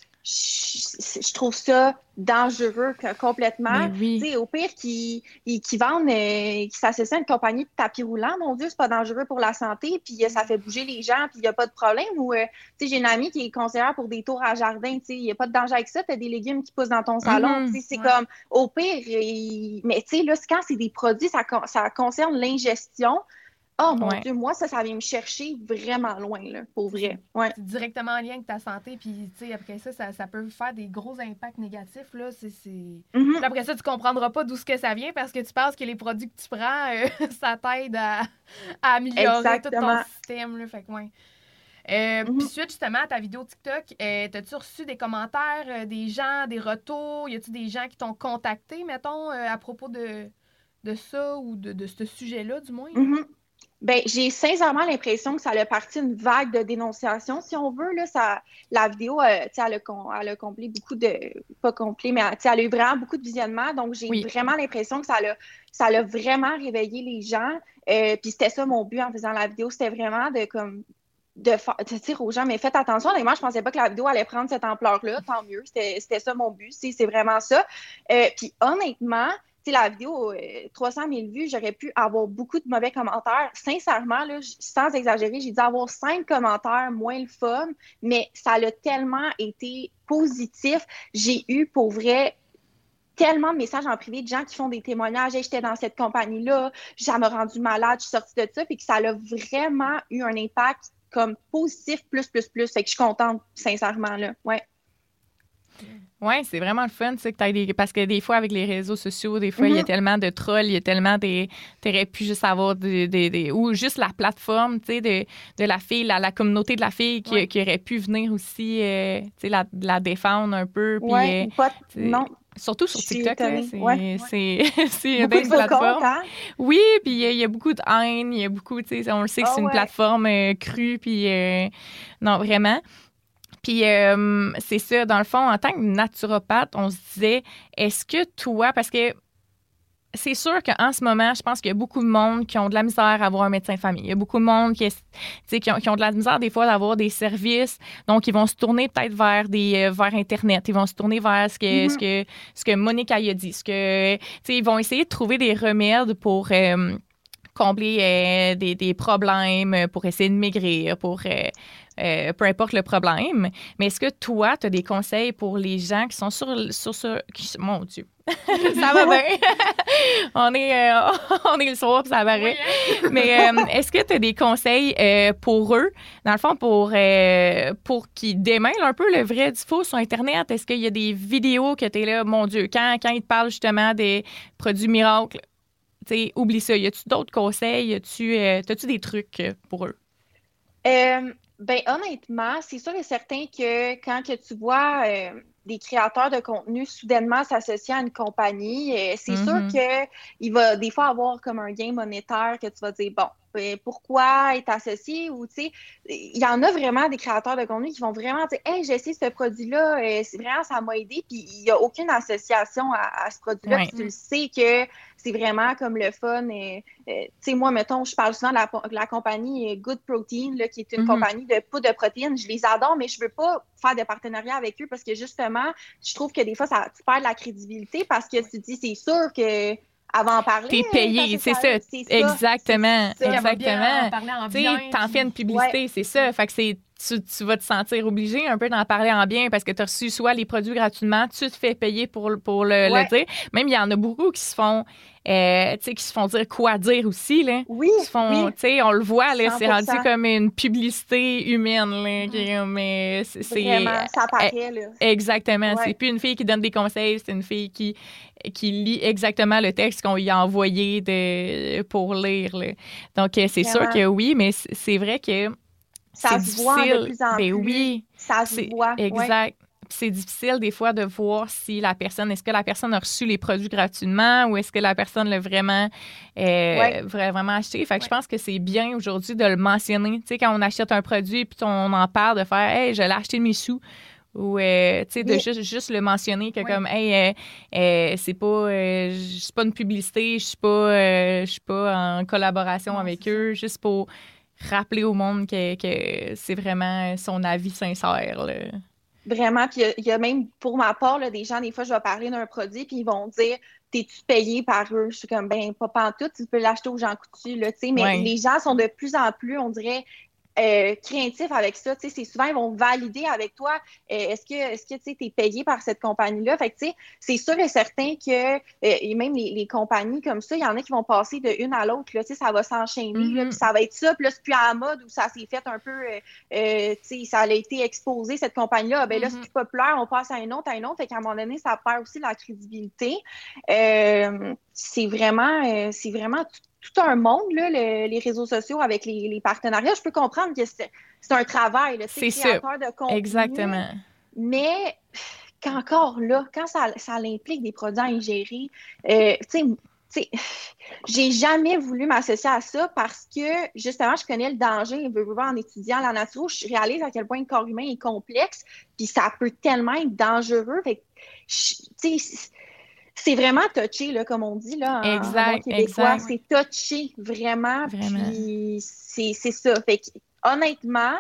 je trouve ça dangereux complètement. Oui. Tu sais, au pire, qui vendent, qui s'associent à une compagnie de tapis roulants, mon Dieu, c'est pas dangereux pour la santé, puis ça fait bouger les gens, puis il n'y a pas de problème. Ou, tu sais, j'ai une amie qui est conseillère pour des tours à jardin, tu sais, il n'y a pas de danger avec ça, tu as des légumes qui poussent dans ton salon, tu sais, c'est comme, au pire, mais tu sais, là, quand c'est des produits, ça concerne l'ingestion. Oh mon Dieu, moi, ça vient me chercher vraiment loin, là, pour vrai. Ouais. C'est directement en lien avec ta santé, puis tu sais, après ça peut faire des gros impacts négatifs, là. Puis après ça, tu comprendras pas d'où ce que ça vient parce que tu penses que les produits que tu prends, ça t'aide à améliorer tout ton système, là. Fait que, puis suite justement à ta vidéo TikTok, t'as-tu reçu des commentaires des gens, des retours? Y a-tu des gens qui t'ont contacté, mettons, à propos de ça ou de ce sujet-là, du moins? Ben, j'ai sincèrement l'impression que ça a parti une vague de dénonciation, si on veut. Là, la vidéo, elle a comblé beaucoup de... Pas complet, mais elle a eu vraiment beaucoup de visionnements. Donc, j'ai vraiment l'impression que ça a vraiment réveillé les gens. Puis c'était ça mon but en faisant la vidéo. C'était vraiment de dire aux gens, mais faites attention. Honnêtement, je pensais pas que la vidéo allait prendre cette ampleur-là. Tant mieux. C'était ça mon but. C'est vraiment ça. Puis honnêtement... Tu sais, la vidéo, 300 000 vues, j'aurais pu avoir beaucoup de mauvais commentaires. Sincèrement, là, sans exagérer, j'ai dû avoir 5 commentaires moins le fun, mais ça a tellement été positif. J'ai eu, pour vrai, tellement de messages en privé de gens qui font des témoignages. Hey, j'étais dans cette compagnie-là, ça m'a rendu malade, je suis sortie de ça. Puis que ça a vraiment eu un impact comme positif, plus. Fait que je suis contente, sincèrement, là. Ouais. Oui, c'est vraiment le fun, tu sais, parce que des fois, avec les réseaux sociaux, des fois, il y a tellement de trolls, il y a tellement t'aurais pu juste avoir ou juste la plateforme, tu sais, de la fille, la communauté de la fille qui aurait pu venir aussi, tu sais, la défendre un peu. Puis, non. Surtout sur TikTok, là, c'est bien une plateforme. Hein? Oui, puis il y a beaucoup de haine, il y a beaucoup, tu sais, on le sait que c'est une plateforme crue, puis non, vraiment. Puis c'est ça, dans le fond, en tant que naturopathe, on se disait, est-ce que toi, parce que c'est sûr qu'en ce moment, je pense qu'il y a beaucoup de monde qui ont de la misère à avoir un médecin de famille. Il y a beaucoup de monde qui ont de la misère des fois d'avoir des services. Donc, ils vont se tourner peut-être vers Internet. Ils vont se tourner vers ce que Monique a dit. Ils vont essayer de trouver des remèdes pour combler des problèmes, pour essayer de maigrir, pour... peu importe le problème. Mais est-ce que toi, tu as des conseils pour les gens qui sont sur mon Dieu, ça va bien. on est le soir, puis ça va bien. Mais est-ce que tu as des conseils pour eux, dans le fond, pour qu'ils démêlent un peu le vrai du faux sur Internet? Est-ce qu'il y a des vidéos que tu es là, mon Dieu, quand ils te parlent justement des produits miracles? oublie ça. Y a-tu d'autres conseils? T'as-tu des trucs pour eux? Honnêtement, c'est sûr et certain que quand que tu vois des créateurs de contenu soudainement s'associer à une compagnie, c'est sûr qu'il va des fois avoir comme un gain monétaire que tu vas dire, bon, pourquoi être associé? Ou, tu sais, il y en a vraiment des créateurs de contenu qui vont vraiment dire, hey, j'ai essayé ce produit-là, c'est vraiment, ça m'a aidé, puis il n'y a aucune association à ce produit-là, puis tu le sais que c'est vraiment comme le fun. Tu sais, moi, mettons, je parle souvent de la compagnie Good Protein, là, qui est une compagnie de poudre de protéines. Je les adore, mais je veux pas faire de partenariat avec eux parce que, justement, je trouve que des fois, tu perds de la crédibilité parce que tu te dis, c'est sûr que avant d'en parler. T'es payé, c'est ça. Exactement. Tu t'en fais une publicité, c'est ça. Fait que tu vas te sentir obligé un peu d'en parler en bien parce que tu as reçu soit les produits gratuitement, tu te fais payer pour le dire. Même, il y en a beaucoup qui se font dire quoi dire aussi. Là. Oui, on le voit, là, 100%. c'est rendu comme une publicité humaine. Là, mais c'est vraiment, ça paraît. Là. Exactement. C'est plus une fille qui donne des conseils, c'est une fille qui lit exactement le texte qu'on lui a envoyé pour lire. Là. Donc, c'est sûr que oui, mais c'est vrai que ça c'est se voit de plus en plus. Oui, ça se voit. Exact. C'est difficile des fois de voir si est-ce que la personne a reçu les produits gratuitement ou est-ce que la personne l'a vraiment acheté. Fait que je pense que c'est bien aujourd'hui de le mentionner. Tu sais, quand on achète un produit puis on en parle, de faire « Hey, je l'ai acheté de mes sous ». Ou, tu sais, de juste le mentionner que comme, hey, c'est pas une publicité, je suis pas en collaboration avec eux, juste pour rappeler au monde que c'est vraiment son avis sincère. Là. Vraiment, puis il y a même, pour ma part, là, des gens, des fois, je vais parler d'un produit, puis ils vont dire « T'es-tu payé par eux? » Je suis comme « Ben, pas pantoute, tu peux l'acheter aux gens coutus. » Mais les gens sont de plus en plus, on dirait, craintifs avec ça. C'est souvent, ils vont valider avec toi est-ce que tu es payé par cette compagnie-là. Fait que c'est sûr et certain que et même les compagnies comme ça, il y en a qui vont passer de une à l'autre. Ça va s'enchaîner, puis ça va être ça. Puis là, c'est plus à la mode où ça s'est fait un peu ça a été exposé, cette compagnie-là. Ben là, c'est plus populaire, on passe à un autre. Fait qu'à un moment donné, ça perd aussi la crédibilité. C'est vraiment tout un monde, là, les réseaux sociaux avec les partenariats. Je peux comprendre que c'est un travail, là, c'est créateur de contenu. Exactement. Mais qu'encore là, quand ça implique des produits à ingérer, j'ai jamais voulu m'associer à ça parce que, justement, je connais le danger. En étudiant la nature, je réalise à quel point le corps humain est complexe, puis ça peut tellement être dangereux. Fait que, c'est vraiment touché, là, comme on dit, là, en québécois. C'est touché, vraiment. Puis c'est ça. Fait que, honnêtement,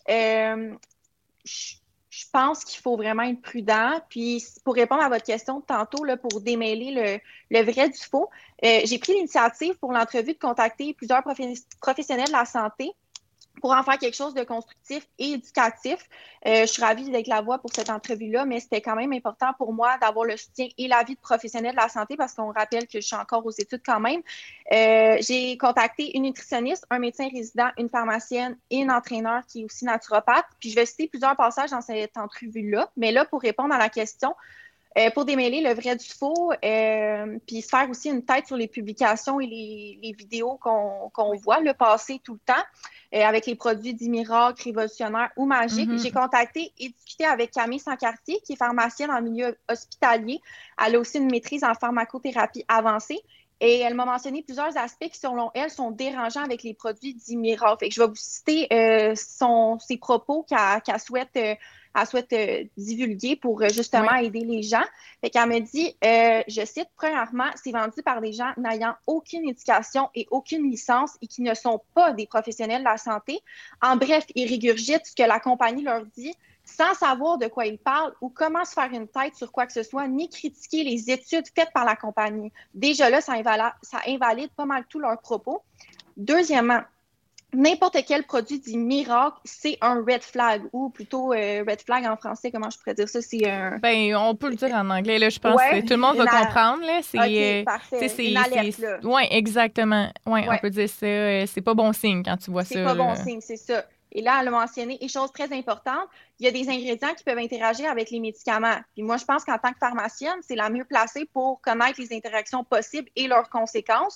je pense qu'il faut vraiment être prudent. Puis, pour répondre à votre question de tantôt, là, pour démêler le vrai du faux, j'ai pris l'initiative pour l'entrevue de contacter plusieurs professionnels de la santé pour en faire quelque chose de constructif et éducatif. Je suis ravie d'être la voix pour cette entrevue-là, mais c'était quand même important pour moi d'avoir le soutien et l'avis de professionnels de la santé parce qu'on rappelle que je suis encore aux études quand même. J'ai contacté une nutritionniste, un médecin résident, une pharmacienne et une entraîneur qui est aussi naturopathe. Puis je vais citer plusieurs passages dans cette entrevue-là. Mais là, pour répondre à la question, pour démêler le vrai du faux, puis se faire aussi une tête sur les publications et les vidéos qu'on voit le passer tout le temps, avec les produits dits miracles, révolutionnaires ou magiques. J'ai contacté et discuté avec Camille Sancartier, qui est pharmacienne en milieu hospitalier. Elle a aussi une maîtrise en pharmacothérapie avancée. Et elle m'a mentionné plusieurs aspects qui, selon elle, sont dérangeants avec les produits dits miracles. Fait que je vais vous citer ses propos qu'elle souhaite divulguer pour justement aider les gens. Fait qu'elle me dit, je cite, « Premièrement, c'est vendu par des gens n'ayant aucune éducation et aucune licence et qui ne sont pas des professionnels de la santé. En bref, ils régurgitent ce que la compagnie leur dit sans savoir de quoi ils parlent ou comment se faire une tête sur quoi que ce soit, ni critiquer les études faites par la compagnie. Déjà là, ça invalide pas mal tous leurs propos. Deuxièmement, n'importe quel produit dit miracle, c'est un red flag, ou plutôt red flag en français, comment je pourrais dire ça? C'est un... Ben, on peut le dire en anglais, là, je pense que tout le monde va comprendre. Là. OK, parfait. C'est une alerte, là. Oui, exactement. Ouais. On peut dire ça. C'est pas bon signe quand tu vois ça. C'est pas bon signe, c'est ça. Et là, elle a mentionné, et chose très importante, il y a des ingrédients qui peuvent interagir avec les médicaments. Puis moi, je pense qu'en tant que pharmacienne, c'est la mieux placée pour connaître les interactions possibles et leurs conséquences.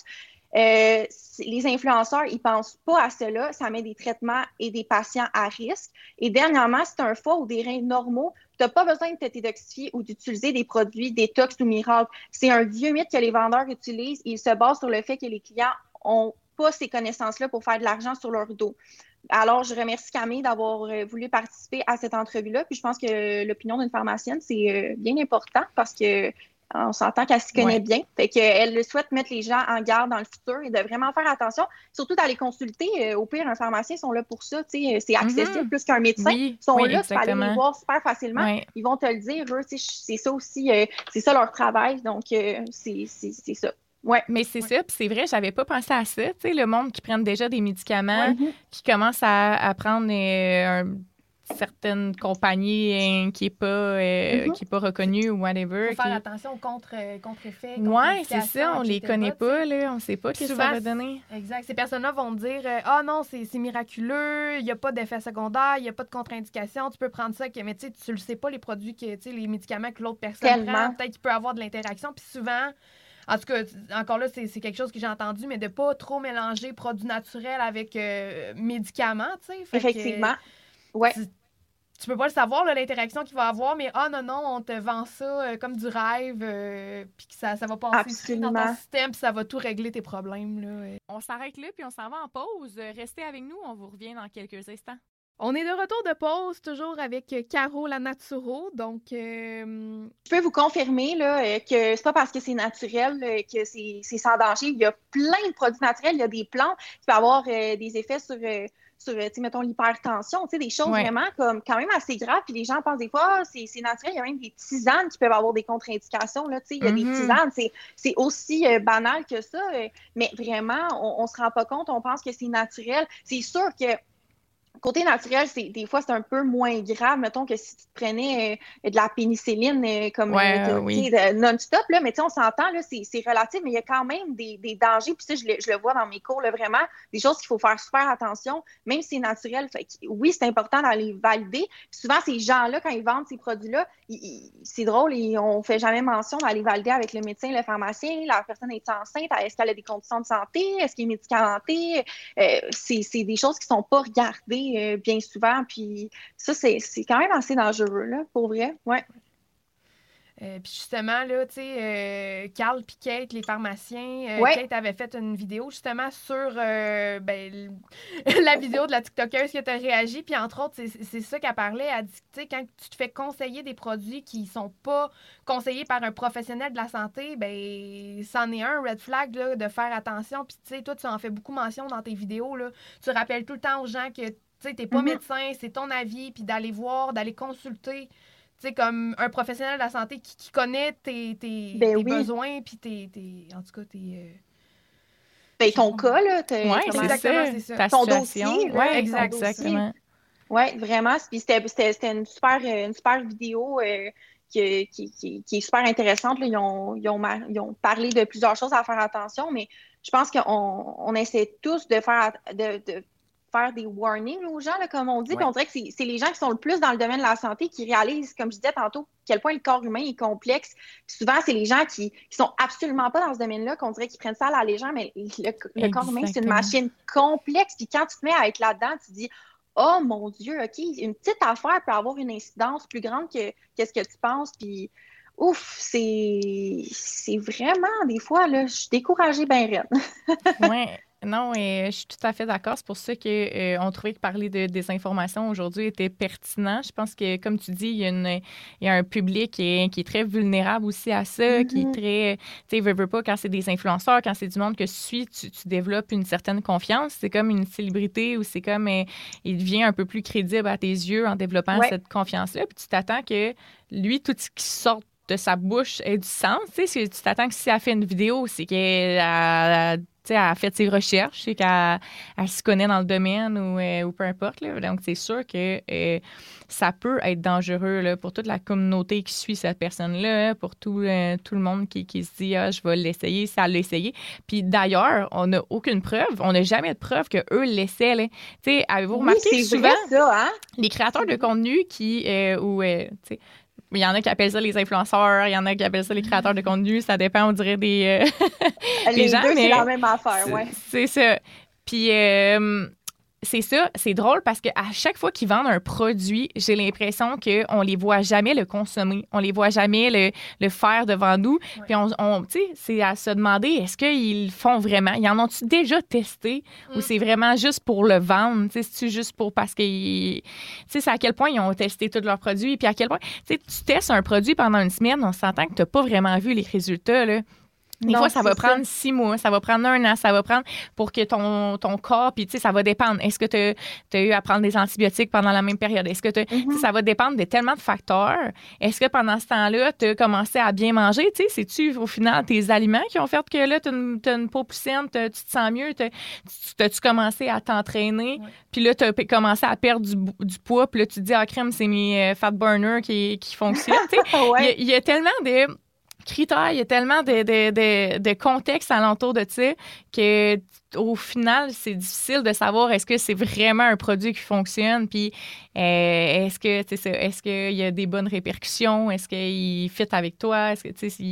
Les influenceurs, ils pensent pas à cela. Ça met des traitements et des patients à risque. Et dernièrement, si tu as un foie ou des reins normaux, tu n'as pas besoin de te détoxifier ou d'utiliser des produits détox ou miracles. C'est un vieux mythe que les vendeurs utilisent. Ils se basent sur le fait que les clients n'ont pas ces connaissances-là pour faire de l'argent sur leur dos. Alors, je remercie Camille d'avoir voulu participer à cette entrevue-là. Puis je pense que l'opinion d'une pharmacienne, c'est bien important parce que on s'entend qu'elle s'y connaît bien. Fait qu'elle souhaite mettre les gens en garde dans le futur et de vraiment faire attention, surtout d'aller consulter. Au pire, un pharmacien, ils sont là pour ça. C'est accessible plus qu'un médecin. Ils sont là, tu peux aller les voir super facilement. Ils vont te le dire. Eux, c'est ça aussi, c'est ça leur travail. Donc, c'est ça. Ouais. Mais c'est ça, puis c'est vrai, j'avais pas pensé à ça. Tu sais, le monde qui prennent déjà des médicaments, qui commence à prendre certaines compagnies qui n'est pas reconnue ou whatever. Il faut faire attention aux contre-effets. Oui, c'est ça, on les connaît pas, là, on ne sait pas ce que ça va donner. Exact. Ces personnes-là vont dire « Ah non, c'est miraculeux, il n'y a pas d'effet secondaire, il n'y a pas de contre-indication, tu peux prendre ça. » Mais tu ne le sais pas, les produits, les médicaments que l'autre personne prend, peut-être qu'il peut avoir de l'interaction. Puis souvent... En tout cas, encore là, c'est quelque chose que j'ai entendu, mais de ne pas trop mélanger produits naturels avec médicaments, tu sais. Effectivement. Oui. Tu peux pas le savoir, l'interaction qu'il va avoir, mais non, on te vend ça comme du rêve, puis que ça va passer dans ton système, puis ça va tout régler tes problèmes. Là. On s'arrête là, puis on s'en va en pause. Restez avec nous, on vous revient dans quelques instants. On est de retour de pause, toujours avec Caro la Naturo. Donc, je peux vous confirmer là, que c'est pas parce que c'est naturel que c'est sans danger. Il y a plein de produits naturels, il y a des plantes qui peuvent avoir des effets sur mettons, l'hypertension, des choses vraiment comme quand même assez graves. Puis les gens pensent des fois, c'est naturel. Il y a même des tisanes qui peuvent avoir des contre-indications. Là, il y a des tisanes, c'est aussi banal que ça. Mais vraiment, on se rend pas compte, on pense que c'est naturel. C'est sûr que côté naturel, des fois, c'est un peu moins grave, mettons, que si tu te prenais de la pénicilline comme non-stop, là, mais on s'entend, là, c'est relatif, mais il y a quand même des dangers, puis ça, je le vois dans mes cours, là, vraiment, des choses qu'il faut faire super attention, même si c'est naturel. Fait que, oui, c'est important d'aller valider. Puis souvent, ces gens-là, quand ils vendent ces produits-là, c'est drôle, on fait jamais mention d'aller valider avec le médecin, le pharmacien, la personne est enceinte, est-ce qu'elle a des conditions de santé, est-ce qu'elle est médicamentée, c'est des choses qui sont pas regardées bien souvent, puis ça, c'est quand même assez dangereux, là, pour vrai, puis justement, là, tu sais, Carl puis Kate, les pharmaciens, Kate avait fait une vidéo justement sur la vidéo de la TikTokeuse qui a réagi, puis entre autres, c'est ça qu'elle parlait. Elle dit, tu sais, quand tu te fais conseiller des produits qui sont pas conseillés par un professionnel de la santé, ben c'en est un red flag, là, de faire attention. Puis tu sais, toi, tu en fais beaucoup mention dans tes vidéos, là. Tu rappelles tout le temps aux gens que, tu sais, t'es pas médecin, c'est ton avis, puis d'aller voir, d'aller consulter. Tu sais, comme un professionnel de la santé qui connaît tes besoins, puis en tout cas, ton cas, là. C'est ça. Ton dossier. Oui, exactement. Oui, vraiment. Puis c'était une super vidéo qui est super intéressante. Là. Ils ont parlé de plusieurs choses à faire attention, mais je pense qu'on essaie tous de faire des warnings aux gens, là, comme on dit. Puis on dirait que c'est les gens qui sont le plus dans le domaine de la santé qui réalisent, comme je disais tantôt, quel point le corps humain est complexe. Puis souvent, c'est les gens qui sont absolument pas dans ce domaine-là, qu'on dirait qu'ils prennent ça à la légère, mais le corps humain, c'est une machine complexe. Puis quand tu te mets à être là-dedans, tu te dis « Oh mon Dieu, OK, une petite affaire peut avoir une incidence plus grande que ce que tu penses. » Puis ouf, c'est vraiment, des fois, là, je suis découragée bien raide. Oui. Non, je suis tout à fait d'accord. C'est pour ça qu'on trouvait que parler de désinformation aujourd'hui était pertinent. Je pense que, comme tu dis, il y a un public qui est très vulnérable aussi à ça, qui est très... Tu sais, veux pas, quand c'est des influenceurs, quand c'est du monde que tu suis, tu développes une certaine confiance. C'est comme une célébrité ou c'est comme... il devient un peu plus crédible à tes yeux en développant cette confiance-là. Puis tu t'attends que lui, tout ce qui sort de sa bouche ait du sens. Tu sais, tu t'attends que si elle fait une vidéo, c'est qu'elle elle a fait ses recherches et qu'elle s'y connaît dans le domaine ou peu importe. Là. Donc, c'est sûr que ça peut être dangereux là, pour toute la communauté qui suit cette personne-là, pour tout le monde qui se dit « Ah, je vais l'essayer, ça l'a essayé ». Puis d'ailleurs, on n'a aucune preuve, on n'a jamais de preuve qu'eux l'essaient. Tu sais, avez-vous remarqué que souvent, ça, hein? les créateurs de contenu qui, il y en a qui appellent ça les influenceurs, il y en a qui appellent ça les créateurs de contenu, ça dépend, on dirait, des les gens. Deux, mais c'est la même affaire, ouais. C'est ça. Puis, c'est ça, c'est drôle parce qu'à chaque fois qu'ils vendent un produit, j'ai l'impression qu'on les voit jamais le consommer. On les voit jamais le faire devant nous. Ouais. Puis, tu sais, c'est à se demander, est-ce qu'ils le font vraiment? Ils en ont-tu déjà testé ou c'est vraiment juste pour le vendre? Tu sais, c'est-tu juste pour parce que... Tu sais, c'est à quel point ils ont testé tous leurs produits puis à quel point... Tu sais, tu testes un produit pendant une semaine, on s'entend que tu n'as pas vraiment vu les résultats, là. Des fois, ça va prendre 6 mois, ça va prendre 1 an, ça va prendre pour que ton corps, puis tu sais, ça va dépendre. Est-ce que tu as eu à prendre des antibiotiques pendant la même période? Est-ce que ça va dépendre de tellement de facteurs? Est-ce que pendant ce temps-là, tu as commencé à bien manger? Tu sais, c'est-tu au final tes aliments qui ont fait que là, tu as une peau plus saine, tu te sens mieux? T'as-tu commencé à t'entraîner? Puis là, tu as commencé à perdre du poids, puis là, tu te dis, ah, crème, c'est mes fat burners qui fonctionnent. Tu sais, il y a tellement de critères, il y a tellement de contexte alentour de ça que au final, c'est difficile de savoir est-ce que c'est vraiment un produit qui fonctionne, puis est-ce qu'il y a des bonnes répercussions, est-ce qu'il fit avec toi, est-ce que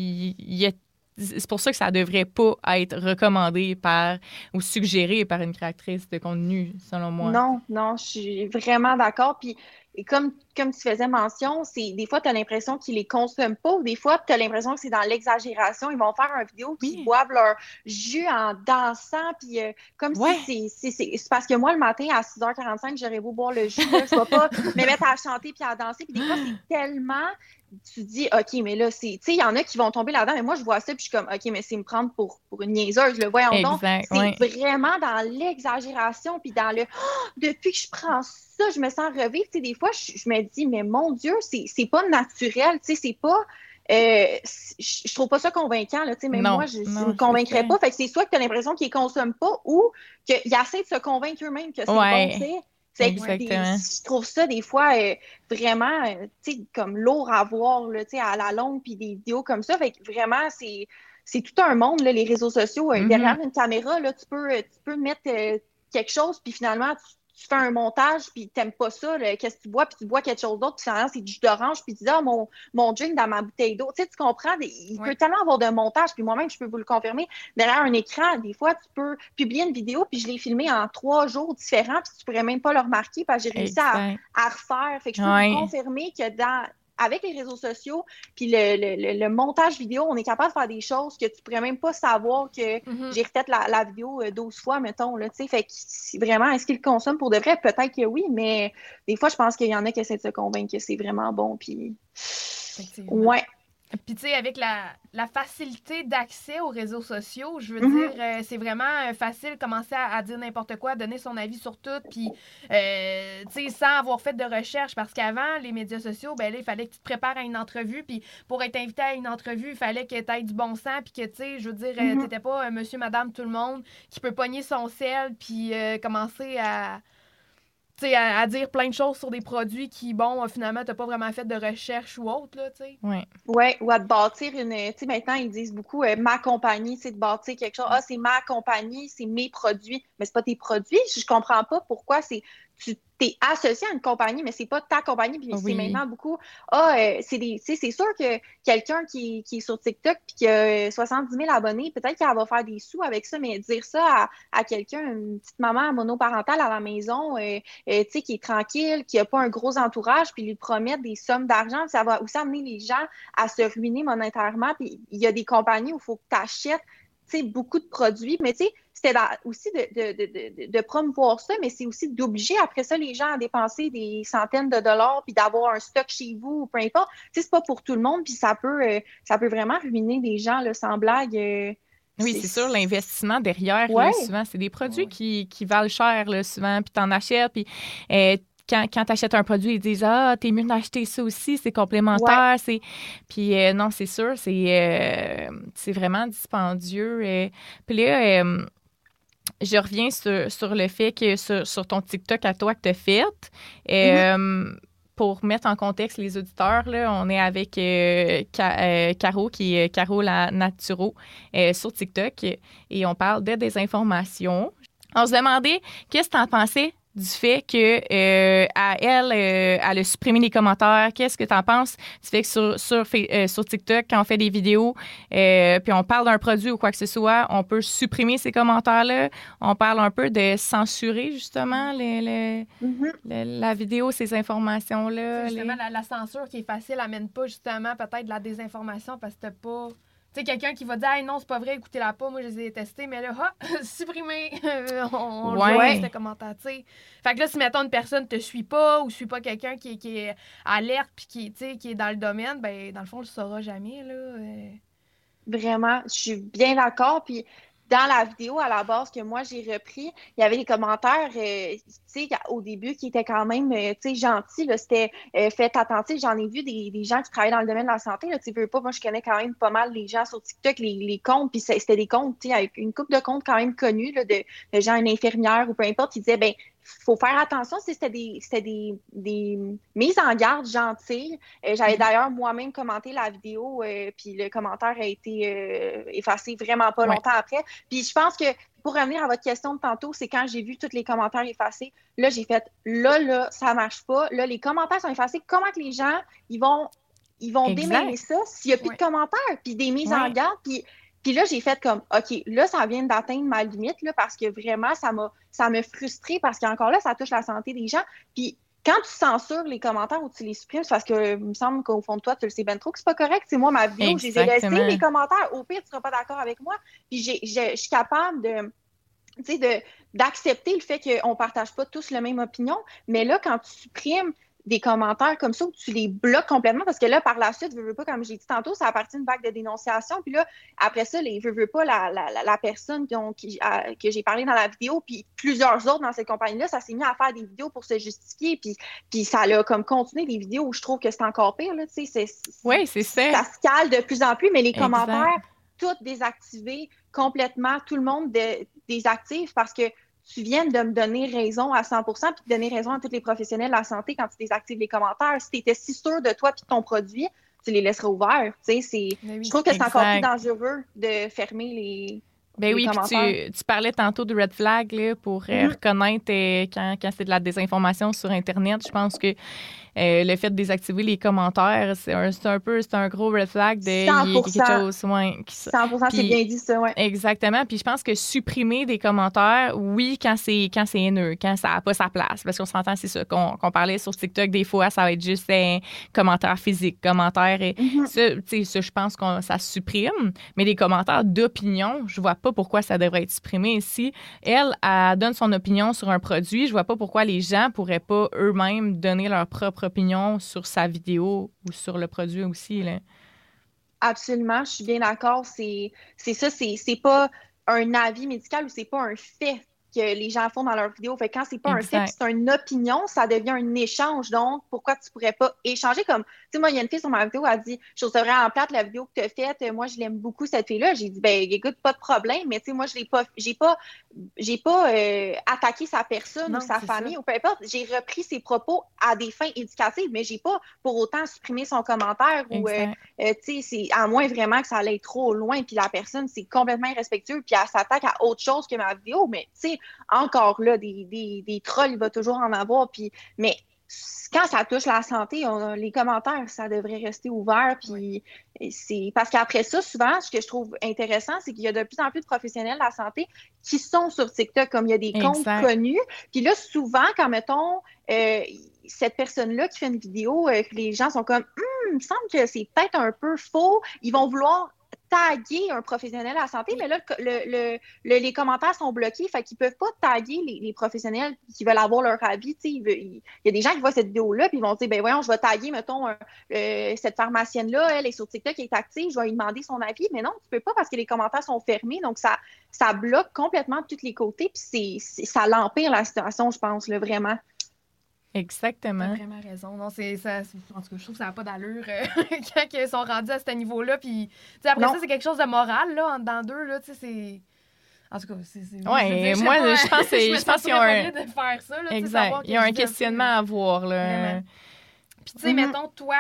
c'est pour ça que ça ne devrait pas être recommandé ou suggéré par une créatrice de contenu, selon moi. Non, je suis vraiment d'accord. Puis, comme tu faisais mention, des fois, tu as l'impression qu'ils les consomment pas, ou des fois, tu as l'impression que c'est dans l'exagération. Ils vont faire une vidéo qu'ils boivent leur jus en dansant, puis comme si c'est parce que moi, le matin, à 6h45, j'aurais beau boire le jus, là, je ne vais pas me mettre à chanter puis à danser. Puis des fois, c'est tellement... Tu dis, OK, mais là, tu sais, il y en a qui vont tomber là-dedans, mais moi, je vois ça, puis je suis comme, OK, mais c'est me prendre pour une niaiseuse, le voyons donc. C'est vraiment dans l'exagération, puis dans le, depuis que je prends ça, je me sens revivre. Tu sais, des fois, je me dis, mais mon Dieu, c'est pas naturel, tu sais, c'est pas... je trouve pas ça convaincant, là, tu sais, mais moi, je ne me convaincrais pas. Fait que c'est soit que tu as l'impression qu'ils ne consomment pas ou qu'ils essaient de se convaincre eux-mêmes que c'est bon, tu sais. Je trouve ça des fois vraiment comme lourd à voir là, à la longue, puis des vidéos comme ça. Fait que vraiment, c'est tout un monde, là, les réseaux sociaux. Derrière une caméra, là, tu peux mettre quelque chose, puis finalement, tu fais un montage, puis t'aimes pas ça, qu'est-ce que tu bois, puis tu bois quelque chose d'autre, puis finalement, c'est du jus d'orange, puis tu dis, mon drink dans ma bouteille d'eau. Tu sais, tu comprends, il peut tellement avoir de montage, puis moi-même, je peux vous le confirmer, derrière un écran, des fois, tu peux publier une vidéo, puis je l'ai filmée en 3 jours différents, puis tu pourrais même pas le remarquer, parce que j'ai réussi à refaire. Fait que je peux vous confirmer que avec les réseaux sociaux, puis le montage vidéo, on est capable de faire des choses que tu pourrais même pas savoir que j'ai refait la vidéo 12 fois, mettons, là, tu sais. Fait que vraiment, est-ce qu'ils le consomment pour de vrai? Peut-être que oui, mais des fois, je pense qu'il y en a qui essaient de se convaincre que c'est vraiment bon, puis... Ouais. Puis, tu sais, avec la facilité d'accès aux réseaux sociaux, je veux dire, c'est vraiment facile de commencer à dire n'importe quoi, à donner son avis sur tout, puis, tu sais, sans avoir fait de recherche, parce qu'avant, les médias sociaux, ben là, il fallait que tu te prépares à une entrevue, puis pour être invité à une entrevue, il fallait que tu aies du bon sens, puis que, tu sais, je veux dire, t'étais pas monsieur, madame, tout le monde qui peut pogner son sel, puis commencer à dire plein de choses sur des produits qui, bon, finalement, t'as pas vraiment fait de recherche ou autre, là, tu sais. Ouais, ou à te bâtir tu sais, maintenant, ils disent beaucoup ma compagnie, c'est de bâtir quelque chose. Ah, c'est ma compagnie, c'est mes produits. Mais c'est pas tes produits. Je comprends pas pourquoi tu t'es associé à une compagnie, mais c'est pas ta compagnie. Puis c'est maintenant beaucoup. C'est sûr que quelqu'un qui est sur TikTok puis qui a 70 000 abonnés, peut-être qu'elle va faire des sous avec ça, mais dire ça à quelqu'un, une petite maman monoparentale à la maison, tu sais, qui est tranquille, qui a pas un gros entourage, puis lui promettre des sommes d'argent, ça va aussi amener les gens à se ruiner monétairement. Puis il y a des compagnies où il faut que tu achètes, tu sais, beaucoup de produits, mais tu sais, c'était aussi de promouvoir ça, mais c'est aussi d'obliger après ça les gens à dépenser des centaines de dollars puis d'avoir un stock chez vous ou peu importe. Tu sais, c'est pas pour tout le monde, puis ça peut vraiment ruiner des gens, là, sans blague. Oui, c'est sûr, l'investissement derrière, là, souvent, c'est des produits qui valent cher, là, souvent, puis t'en achètes, puis... Quand tu achètes un produit, ils disent « Ah, t'es mieux d'acheter ça aussi, c'est complémentaire. » Puis non, c'est sûr, c'est vraiment dispendieux. Puis là, je reviens sur le fait que sur ton TikTok à toi que tu as fait, pour mettre en contexte les auditeurs, là, on est avec Caro, qui est Caro la Naturo, sur TikTok, et on parle de désinformation. On se demandait qu'est-ce que tu en pensais du fait que elle a supprimé les commentaires. Qu'est-ce que tu en penses du fait que sur TikTok, quand on fait des vidéos, puis on parle d'un produit ou quoi que ce soit, on peut supprimer ces commentaires-là. On parle un peu de censurer, justement, la vidéo, ces informations-là. Justement, la censure qui est facile amène pas, justement, peut-être de la désinformation parce que t'as pas... Tu sais, quelqu'un qui va dire « Hey, non, c'est pas vrai, écoutez-la pas, moi, je les ai testés. » Mais là, supprimer, on voit ce commentaire, tu sais. Fait que là, si, mettons, une personne te suit pas ou suit pas quelqu'un qui est alerte puis qui est dans le domaine, ben dans le fond, on le saura jamais, là. Vraiment, je suis bien d'accord. Puis dans la vidéo, à la base, que moi, j'ai repris, il y avait des commentaires, tu sais, au début, qui étaient quand même, tu sais, gentils. C'était faites attentif. J'en ai vu des gens qui travaillent dans le domaine de la santé. Tu veux pas, moi, je connais quand même pas mal les gens sur TikTok, les comptes. Puis c'était des comptes, tu sais, avec une couple de comptes quand même connus, là, de gens, une infirmière ou peu importe, qui disaient, ben faut faire attention, c'était des mises en garde gentilles. J'avais d'ailleurs moi-même commenté la vidéo, puis le commentaire a été effacé vraiment pas longtemps après. Puis je pense que, pour revenir à votre question de tantôt, c'est quand j'ai vu tous les commentaires effacés, là, j'ai fait, là, ça marche pas. Là, les commentaires sont effacés. Comment que les gens, ils vont démêler ça s'il n'y a plus de commentaires, puis des mises en garde, Puis là, j'ai fait comme, OK, là, ça vient d'atteindre ma limite, là, parce que vraiment, ça m'a frustrée, parce qu'encore là, ça touche la santé des gens. Puis quand tu censures les commentaires ou tu les supprimes, c'est parce que, il me semble qu'au fond de toi, tu le sais bien trop que c'est pas correct. C'est moi, ma vidéo, je les ai laissés, les commentaires. Au pire, tu seras pas d'accord avec moi. Puis je suis capable d'accepter le fait qu'on partage pas tous la même opinion. Mais là, quand tu supprimes des commentaires comme ça où tu les bloques complètement, parce que là, par la suite, veux pas, comme j'ai dit tantôt, ça a parti d'une vague de dénonciation. Puis là, après ça, veux pas, la personne que j'ai parlé dans la vidéo, puis plusieurs autres dans cette compagnie-là, ça s'est mis à faire des vidéos pour se justifier, puis ça a comme continué des vidéos où je trouve que c'est encore pire, là, tu sais, oui, c'est ça. Ça se cale de plus en plus, mais les commentaires, tous désactivés complètement, tout le monde désactive, parce que tu viens de me donner raison à 100% puis de donner raison à tous les professionnels de la santé quand tu désactives les commentaires. Si tu étais si sûr de toi et de ton produit, tu les laisserais ouverts. Je trouve que c'est encore plus dangereux de fermer les commentaires. Tu parlais tantôt de red flag là, pour reconnaître quand c'est de la désinformation sur Internet. Je pense que le fait de désactiver les commentaires, c'est un gros red flag de 100%. Quelque chose. 100%, c'est bien dit ça, ouais. Exactement. Puis je pense que supprimer des commentaires, oui, quand c'est haineux, quand ça n'a pas sa place. Parce qu'on s'entend, c'est ça, qu'on parlait sur TikTok, des fois, ça va être juste un commentaire physique, commentaire. Ça, je pense que ça se supprime. Mais des commentaires d'opinion, je vois pas pourquoi ça devrait être supprimé. Si elle donne son opinion sur un produit, je vois pas pourquoi les gens pourraient pas eux-mêmes donner leur propre opinion sur sa vidéo ou sur le produit aussi, là. Absolument, je suis bien d'accord. C'est ça, c'est pas un avis médical ou c'est pas un fait que les gens font dans leurs vidéos. Fait que quand c'est pas un fait, c'est une opinion, ça devient un échange. Donc, pourquoi tu pourrais pas échanger? Comme, tu sais, moi, il y a une fille sur ma vidéo, elle dit, je trouve ça vraiment plate, la vidéo que tu as faite. Moi, je l'aime beaucoup, cette fille-là. J'ai dit, ben, écoute, pas de problème, mais tu sais, moi, j'ai pas attaqué sa personne ou sa famille ou peu importe. J'ai repris ses propos à des fins éducatives, mais j'ai pas pour autant supprimé son commentaire ou, tu sais, c'est à moins vraiment que ça allait trop loin puis la personne, c'est complètement irrespectueux puis elle s'attaque à autre chose que ma vidéo, mais tu sais, encore là, des trolls, il va toujours en avoir. Mais quand ça touche la santé, les commentaires, ça devrait rester ouvert. Puis c'est parce qu'après ça, souvent, ce que je trouve intéressant, c'est qu'il y a de plus en plus de professionnels de la santé qui sont sur TikTok, comme il y a des comptes connus. Puis là, souvent, quand, mettons, cette personne-là qui fait une vidéo, que les gens sont comme « il me semble que c'est peut-être un peu faux », ils vont vouloir taguer un professionnel de la santé, mais là, les commentaires sont bloqués, fait qu'ils peuvent pas taguer les professionnels qui veulent avoir leur avis. Il y a des gens qui voient cette vidéo-là puis ils vont dire, ben voyons, je vais taguer, mettons, cette pharmacienne-là, elle est sur TikTok, elle est active, je vais lui demander son avis, mais non, tu peux pas parce que les commentaires sont fermés, donc ça bloque complètement de tous les côtés, puis ça l'empire la situation, je pense, là, vraiment. Exactement. T'as vraiment raison. Non, en tout cas, je trouve que ça n'a pas d'allure quand ils sont rendus à ce niveau-là. Puis, après ça, c'est quelque chose de moral, là, entre dans deux, là, tu sais, c'est... En tout cas, c'est ouais, moi, je pense qu'ils ont un... de faire ça, là, exact. Il y a un questionnement à avoir, là. Puis, tu sais, mettons, toi,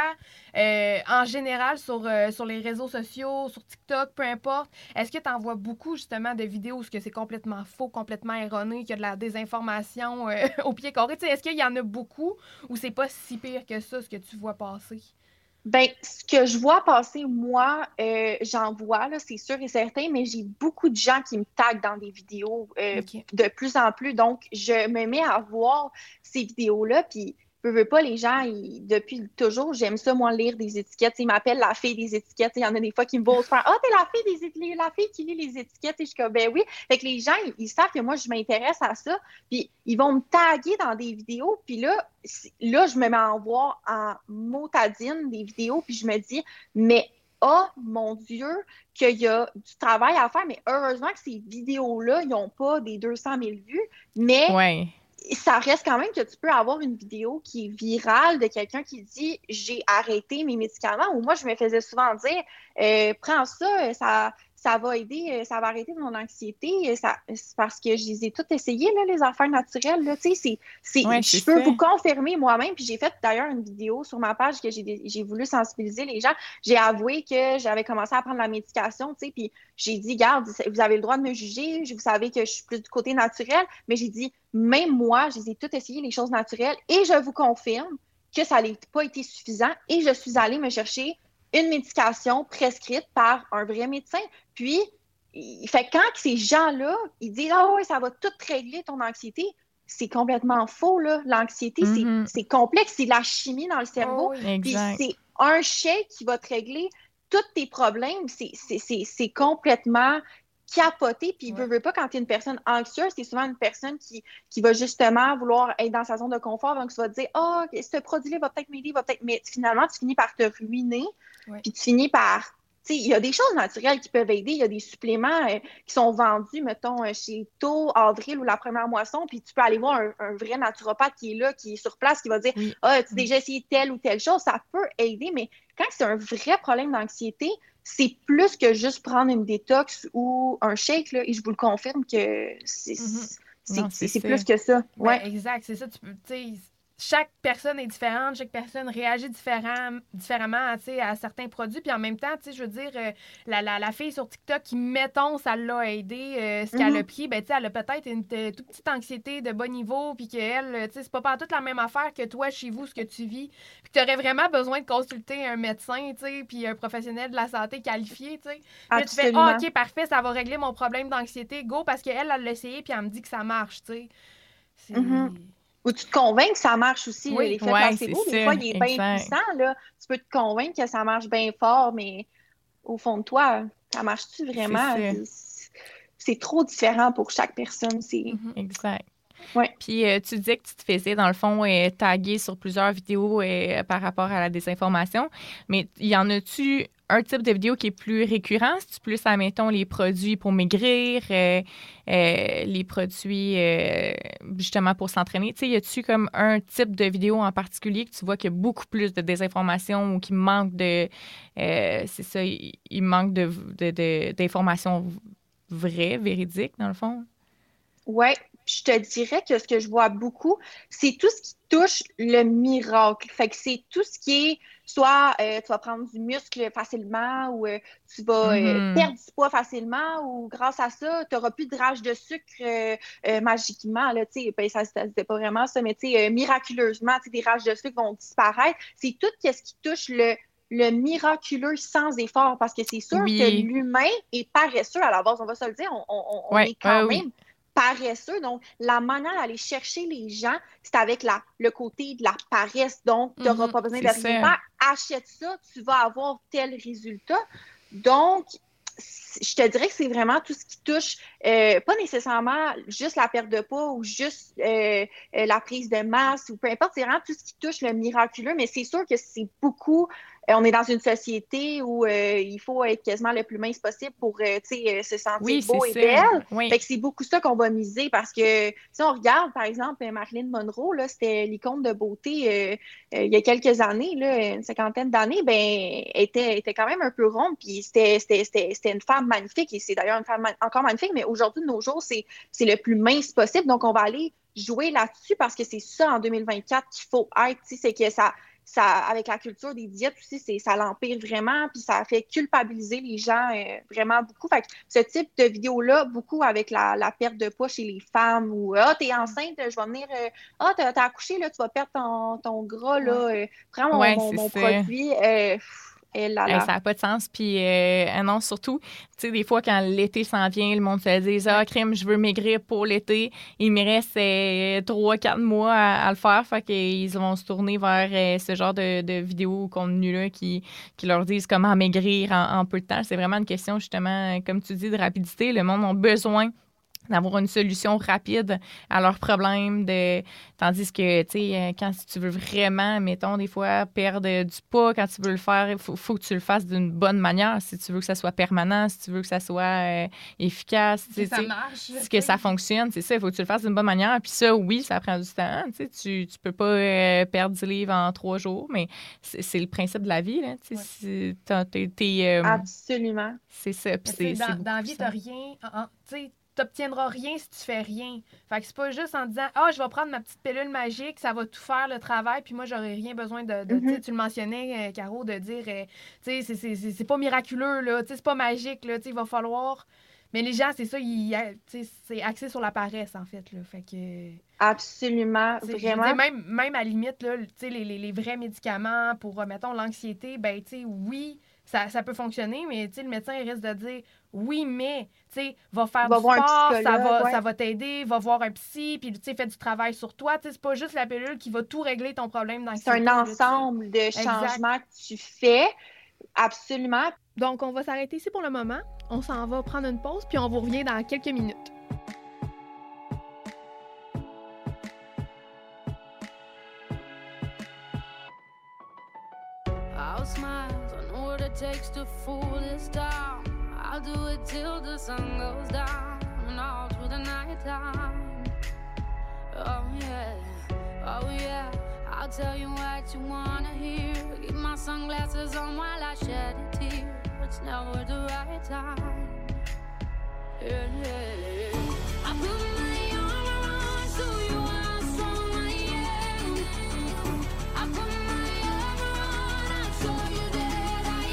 en général, sur les réseaux sociaux, sur TikTok, peu importe, est-ce que tu en vois beaucoup, justement, de vidéos où c'est complètement faux, complètement erroné, qu'il y a de la désinformation au pied carré? Tu sais, est-ce qu'il y en a beaucoup ou c'est pas si pire que ça, ce que tu vois passer? Ben, ce que je vois passer, moi, j'en vois, là, c'est sûr et certain, mais j'ai beaucoup de gens qui me taguent dans des vidéos de plus en plus. Donc, je me mets à voir ces vidéos-là, puis veux pas, les gens, depuis toujours, j'aime ça, moi, lire des étiquettes. Ils m'appellent la fille des étiquettes. Il y en a des fois qui me vont se faire « Ah, t'es la fille qui lit les étiquettes. » Et je suis comme « Ben oui. » Fait que les gens, ils savent que moi, je m'intéresse à ça. Puis ils vont me taguer dans des vidéos. Puis là, je me mets à en voir en motadine des vidéos. Puis je me dis « Mais oh mon Dieu, qu'il y a du travail à faire. » Mais heureusement que ces vidéos-là, ils n'ont pas des 200 000 vues. Mais... Ouais. Ça reste quand même que tu peux avoir une vidéo qui est virale de quelqu'un qui dit « J'ai arrêté mes médicaments » ou moi, je me faisais souvent dire « Prends ça, ça va aider, ça va arrêter mon anxiété. » C'est parce que je les ai toutes essayées, là, les affaires naturelles. Là, je peux vous confirmer moi-même. Puis j'ai fait d'ailleurs une vidéo sur ma page que j'ai voulu sensibiliser les gens. J'ai avoué que j'avais commencé à prendre la médication, puis j'ai dit « Garde, vous avez le droit de me juger. Vous savez que je suis plus du côté naturel. » Mais j'ai dit « Même moi, je les ai toutes essayées, les choses naturelles. Et je vous confirme que ça n'a pas été suffisant. Et je suis allée me chercher une médication prescrite par un vrai médecin. » Puis, quand ces gens-là, ils disent « Ah oui, ça va tout régler ton anxiété », c'est complètement faux, là. L'anxiété, c'est complexe, c'est de la chimie dans le cerveau. Oh, oui. Puis c'est un shake qui va te régler tous tes problèmes. C'est complètement capoté. Puis, veut pas, quand tu es une personne anxieuse, c'est souvent une personne qui va justement vouloir être dans sa zone de confort. Donc, tu vas te dire « Ah, ce produit-là va peut-être m'aider, mais finalement, tu finis par te ruiner. Ouais. Puis, tu finis par... Tu sais, il y a des choses naturelles qui peuvent aider. Il y a des suppléments qui sont vendus, mettons, chez Taux, Avril ou La Première Moisson. Puis, tu peux aller voir un vrai naturopathe qui est là, qui est sur place, qui va dire « Ah, tu as déjà essayé telle ou telle chose. » Ça peut aider, mais quand c'est un vrai problème d'anxiété, c'est plus que juste prendre une détox ou un shake, là, et je vous le confirme que c'est plus que ça. Ouais. Ben, exact, c'est ça. Tu sais, chaque personne est différente, chaque personne réagit différemment à certains produits. Puis en même temps, je veux dire, la fille sur TikTok qui, mettons, ça l'a aidé, ce qu'elle a pris, ben, elle a peut-être une toute petite anxiété de bas niveau, puis qu'elle, c'est pas partout la même affaire que toi, chez vous, ce que tu vis. Puis tu aurais vraiment besoin de consulter un médecin, puis un professionnel de la santé qualifié, tu sais. Puis tu fais, ah, OK, parfait, ça va régler mon problème d'anxiété, go, parce qu'elle, elle l'a essayé, puis elle me dit que ça marche, tu sais. Ou tu te convaincs que ça marche aussi. Oui, l'effet placebo, des fois, il est bien puissant. Là. Tu peux te convaincre que ça marche bien fort, mais au fond de toi, ça marche-tu vraiment? C'est trop différent pour chaque personne. Exact. Ouais. Puis tu disais que tu te faisais, dans le fond, taguer sur plusieurs vidéos par rapport à la désinformation. Mais y en a-tu un type de vidéo qui est plus récurrent? C'est-tu plus, admettons, les produits pour maigrir, les produits justement pour s'entraîner? Tu sais, y a-tu comme un type de vidéo en particulier que tu vois qu'il y a beaucoup plus de désinformation ou qui manque de... c'est ça, il manque d'informations vraies, véridiques, dans le fond? Oui. Je te dirais que ce que je vois beaucoup, c'est tout ce qui touche le miracle. Fait que c'est tout ce qui est, soit tu vas prendre du muscle facilement ou tu vas perdre du poids facilement ou grâce à ça, tu n'auras plus de rage de sucre magiquement. Là, ben, ça c'était pas vraiment ça, mais miraculeusement, des rages de sucre vont disparaître. C'est tout ce qui touche le miraculeux sans effort parce que c'est sûr que l'humain est paresseux à la base. On va se le dire, on est quand même... paresseux. Donc, la manière d'aller chercher les gens, c'est avec le côté de la paresse. Donc, tu n'auras pas besoin de rien. Achète ça, tu vas avoir tel résultat. Donc, je te dirais que c'est vraiment tout ce qui touche, pas nécessairement juste la perte de poids ou juste la prise de masse ou peu importe, c'est vraiment tout ce qui touche le miraculeux, mais c'est sûr que c'est beaucoup on est dans une société où il faut être quasiment le plus mince possible pour se sentir beau et belle. Oui. Fait que c'est beaucoup ça qu'on va miser parce que si on regarde, par exemple, Marilyn Monroe, là, c'était l'icône de beauté il y a quelques années, là, une cinquantaine d'années, était quand même un peu ronde, puis c'était une femme magnifique, et c'est d'ailleurs une femme encore magnifique, mais aujourd'hui, de nos jours, c'est le plus mince possible. Donc, on va aller jouer là-dessus parce que c'est ça, en 2024, qu'il faut être. C'est que ça, avec la culture des diètes aussi, ça l'empire vraiment, puis ça fait culpabiliser les gens vraiment beaucoup. Fait que ce type de vidéo-là, beaucoup avec la perte de poids chez les femmes, ou « Ah, t'es enceinte, je vais venir... t'as accouché, là, tu vas perdre ton gras, là, prends mon produit. » Ça n'a pas de sens. Puis, non, surtout, tu sais, des fois, quand l'été s'en vient, le monde se dit « Ah, crème, je veux maigrir pour l'été. » Il me reste 3-4 mois à le faire. Fait qu'ils vont se tourner vers ce genre de vidéos ou contenu-là qui leur disent comment maigrir en peu de temps. C'est vraiment une question, justement, comme tu dis, de rapidité. Le monde a besoin d'avoir une solution rapide à leurs problèmes. Tandis que, tu sais, quand tu veux vraiment, mettons, des fois, perdre du poids, quand tu veux le faire, il faut que tu le fasses d'une bonne manière. Si tu veux que ça soit permanent, si tu veux que ça soit efficace, que ça marche, que ça fonctionne, c'est ça, il faut que tu le fasses d'une bonne manière. Puis ça, oui, ça prend du temps. Tu peux pas perdre 10 livres en 3 jours, mais c'est le principe de la vie. Là, absolument. C'est ça. Puis dans la vie, t'as rien... tu sais, t'obtiendras rien si tu fais rien. Fait que c'est pas juste en disant « Ah, je vais prendre ma petite pilule magique, ça va tout faire le travail, puis moi, j'aurai rien besoin de tu le mentionnais, Caro, de dire tu sais, c'est pas miraculeux, là, tu sais, c'est pas magique, là, tu sais, il va falloir... Mais les gens, c'est ça, c'est axé sur la paresse, en fait, là, fait que... Absolument, vraiment. Même à la limite, là, tu sais, les vrais médicaments pour, mettons, l'anxiété, ben, tu sais, oui, ça peut fonctionner, mais, tu sais, le médecin, il risque de dire... Oui, mais, tu sais, va faire du sport, ça va t'aider, va voir un psy, puis, tu sais, fais du travail sur toi. Tu sais, c'est pas juste la pilule qui va tout régler ton problème d'anxiété. C'est un ensemble de changements que tu fais. Absolument. Donc, on va s'arrêter ici pour le moment. On s'en va prendre une pause, puis on vous revient dans quelques minutes. I'll smile, I know what it takes to fool this town. I'll do it till the sun goes down and all through the night time. Oh yeah, I'll tell you what you wanna hear. Keep my sunglasses on while I shed a tear. It's never the right time. Yeah. I put my arm around so you how strong I am. I put my arm around and show you that I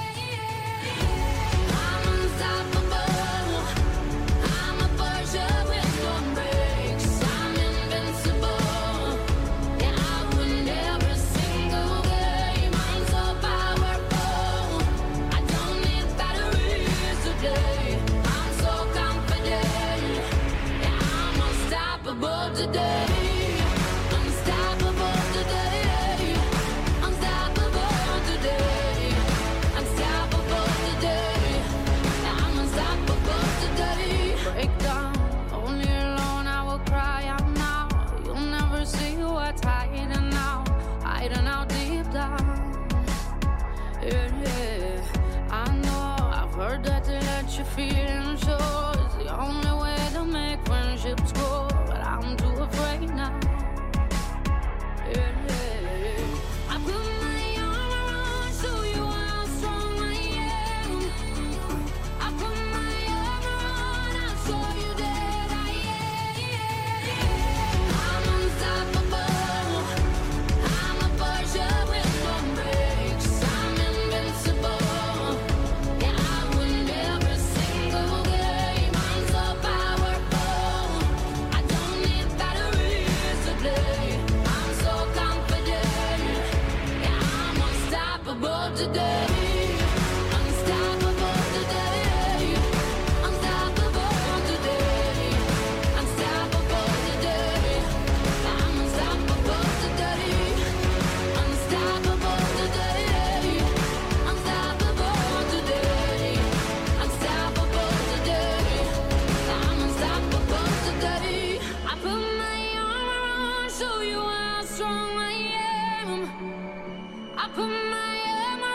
am. I'm unstoppable. I'm a Porsche with no brakes. I'm invincible. Yeah, I win every single game. I'm so powerful. I don't need batteries today. I'm so confident. Yeah, I'm unstoppable today. Unstoppable today. Unstoppable today. Unstoppable today. Yeah, I'm unstoppable today. Break down, only alone I will cry out now. You'll never see what's hiding out deep down. Yeah. I know I've heard that to let your feelings show is the only way to make friendships grow, but I'm too afraid now. Yeah. I put my arm around, show you how strong I am. I put my arm around, I'll show you that I am. I'm unstoppable. I'm a Porsche with no brakes. I'm invincible. Yeah, I win every single game. I'm so powerful. I don't need batteries today. I'm so confident. Yeah, I'm unstoppable today. Unstoppable today. Unstoppable today. Unstoppable today. I'm unstoppable today. Unstoppable today. Unstoppable today. Unstoppable today. I'm unstoppable today. I put my arm around, show you how strong I am. I put my arm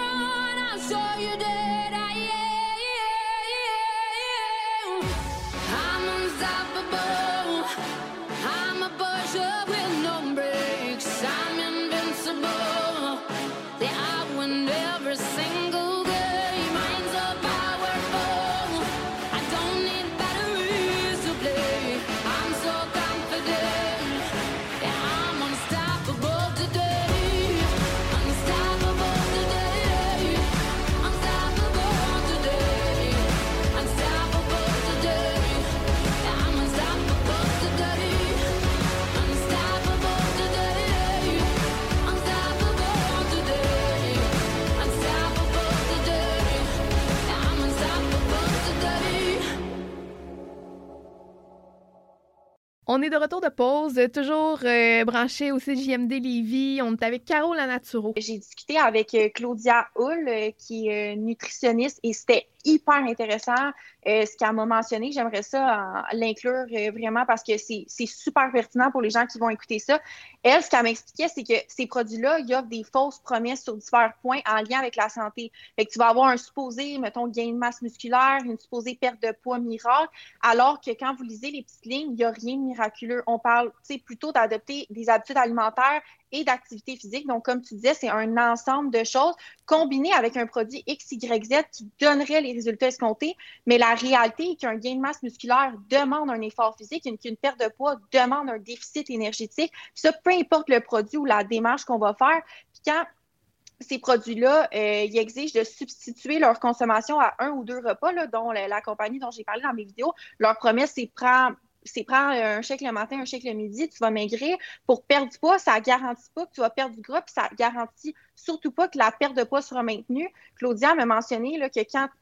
On est de retour de pause, toujours branché au CJMD Lévis. On est avec Caro la Naturo. J'ai discuté avec Claudia Hull, qui est nutritionniste, et c'était hyper intéressant ce qu'elle m'a mentionné. J'aimerais ça l'inclure vraiment parce que c'est super pertinent pour les gens qui vont écouter ça. Elle, ce qu'elle m'expliquait, c'est que ces produits-là, ils offrent des fausses promesses sur divers points en lien avec la santé. Fait que tu vas avoir un supposé, mettons, gain de masse musculaire, une supposée perte de poids miracle, alors que quand vous lisez les petites lignes, il n'y a rien de miraculeux. On parle plutôt d'adopter des habitudes alimentaires et d'activité physique. Donc, comme tu disais, c'est un ensemble de choses combinées avec un produit XYZ qui donnerait les résultats escomptés. Mais la réalité est qu'un gain de masse musculaire demande un effort physique, qu'une perte de poids demande un déficit énergétique. Puis ça, peu importe le produit ou la démarche qu'on va faire. Puis quand ces produits-là, ils exigent de substituer leur consommation à 1 ou 2 repas, là, dont la compagnie dont j'ai parlé dans mes vidéos, leur promesse, c'est prendre un shake le matin, un shake le midi, tu vas maigrir. Pour perdre du poids, ça ne garantit pas que tu vas perdre du gras, puis ça garantit surtout pas que la perte de poids sera maintenue. Claudia m'a mentionné là, que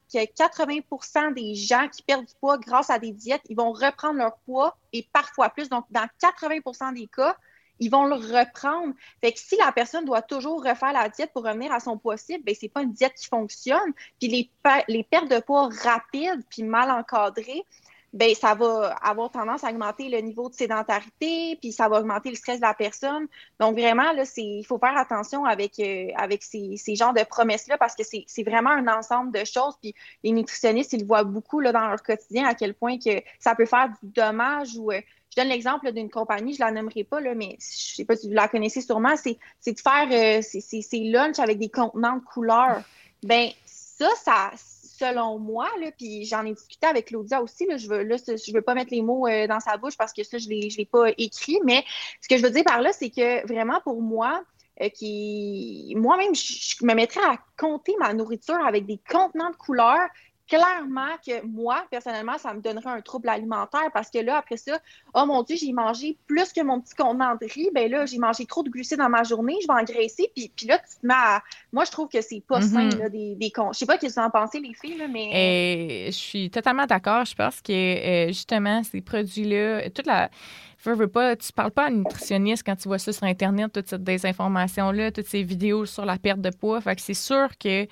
80% des gens qui perdent du poids grâce à des diètes, ils vont reprendre leur poids et parfois plus. Donc, dans 80% des cas, ils vont le reprendre. Fait que si la personne doit toujours refaire la diète pour revenir à son poids cible, ben c'est pas une diète qui fonctionne. Puis les pertes de poids rapides puis mal encadrées, ben ça va avoir tendance à augmenter le niveau de sédentarité, puis ça va augmenter le stress de la personne. Donc vraiment, là, il faut faire attention avec ces genres de promesses-là parce que c'est vraiment un ensemble de choses. Puis les nutritionnistes, ils le voient beaucoup là, dans leur quotidien, à quel point que ça peut faire du dommage ou... je donne l'exemple d'une compagnie, je la nommerai pas, là, mais je sais pas si vous la connaissez sûrement, c'est de faire ces lunchs avec des contenants de couleurs. Ben ça selon moi, là, puis j'en ai discuté avec Claudia aussi, là, je veux pas mettre les mots dans sa bouche parce que ça, je l'ai pas écrit, mais ce que je veux dire par là, c'est que vraiment pour moi, moi-même, je me mettrais à compter ma nourriture avec des contenants de couleurs. Clairement que moi, personnellement, ça me donnerait un trouble alimentaire parce que là, après ça, oh mon Dieu, j'ai mangé plus que mon petit contenant de riz. Ben là, j'ai mangé trop de glucides dans ma journée, je vais engraisser. Puis là, tu te mets à... Moi, je trouve que c'est pas sain, là, je sais pas qu'est-ce que vous en pensez, les filles, là, mais... Je suis totalement d'accord. Je pense que, justement, ces produits-là, toute la... Veux pas, tu parles pas à un nutritionniste quand tu vois ça sur Internet, toute cette désinformation-là, toutes ces vidéos sur la perte de poids. Fait que c'est sûr que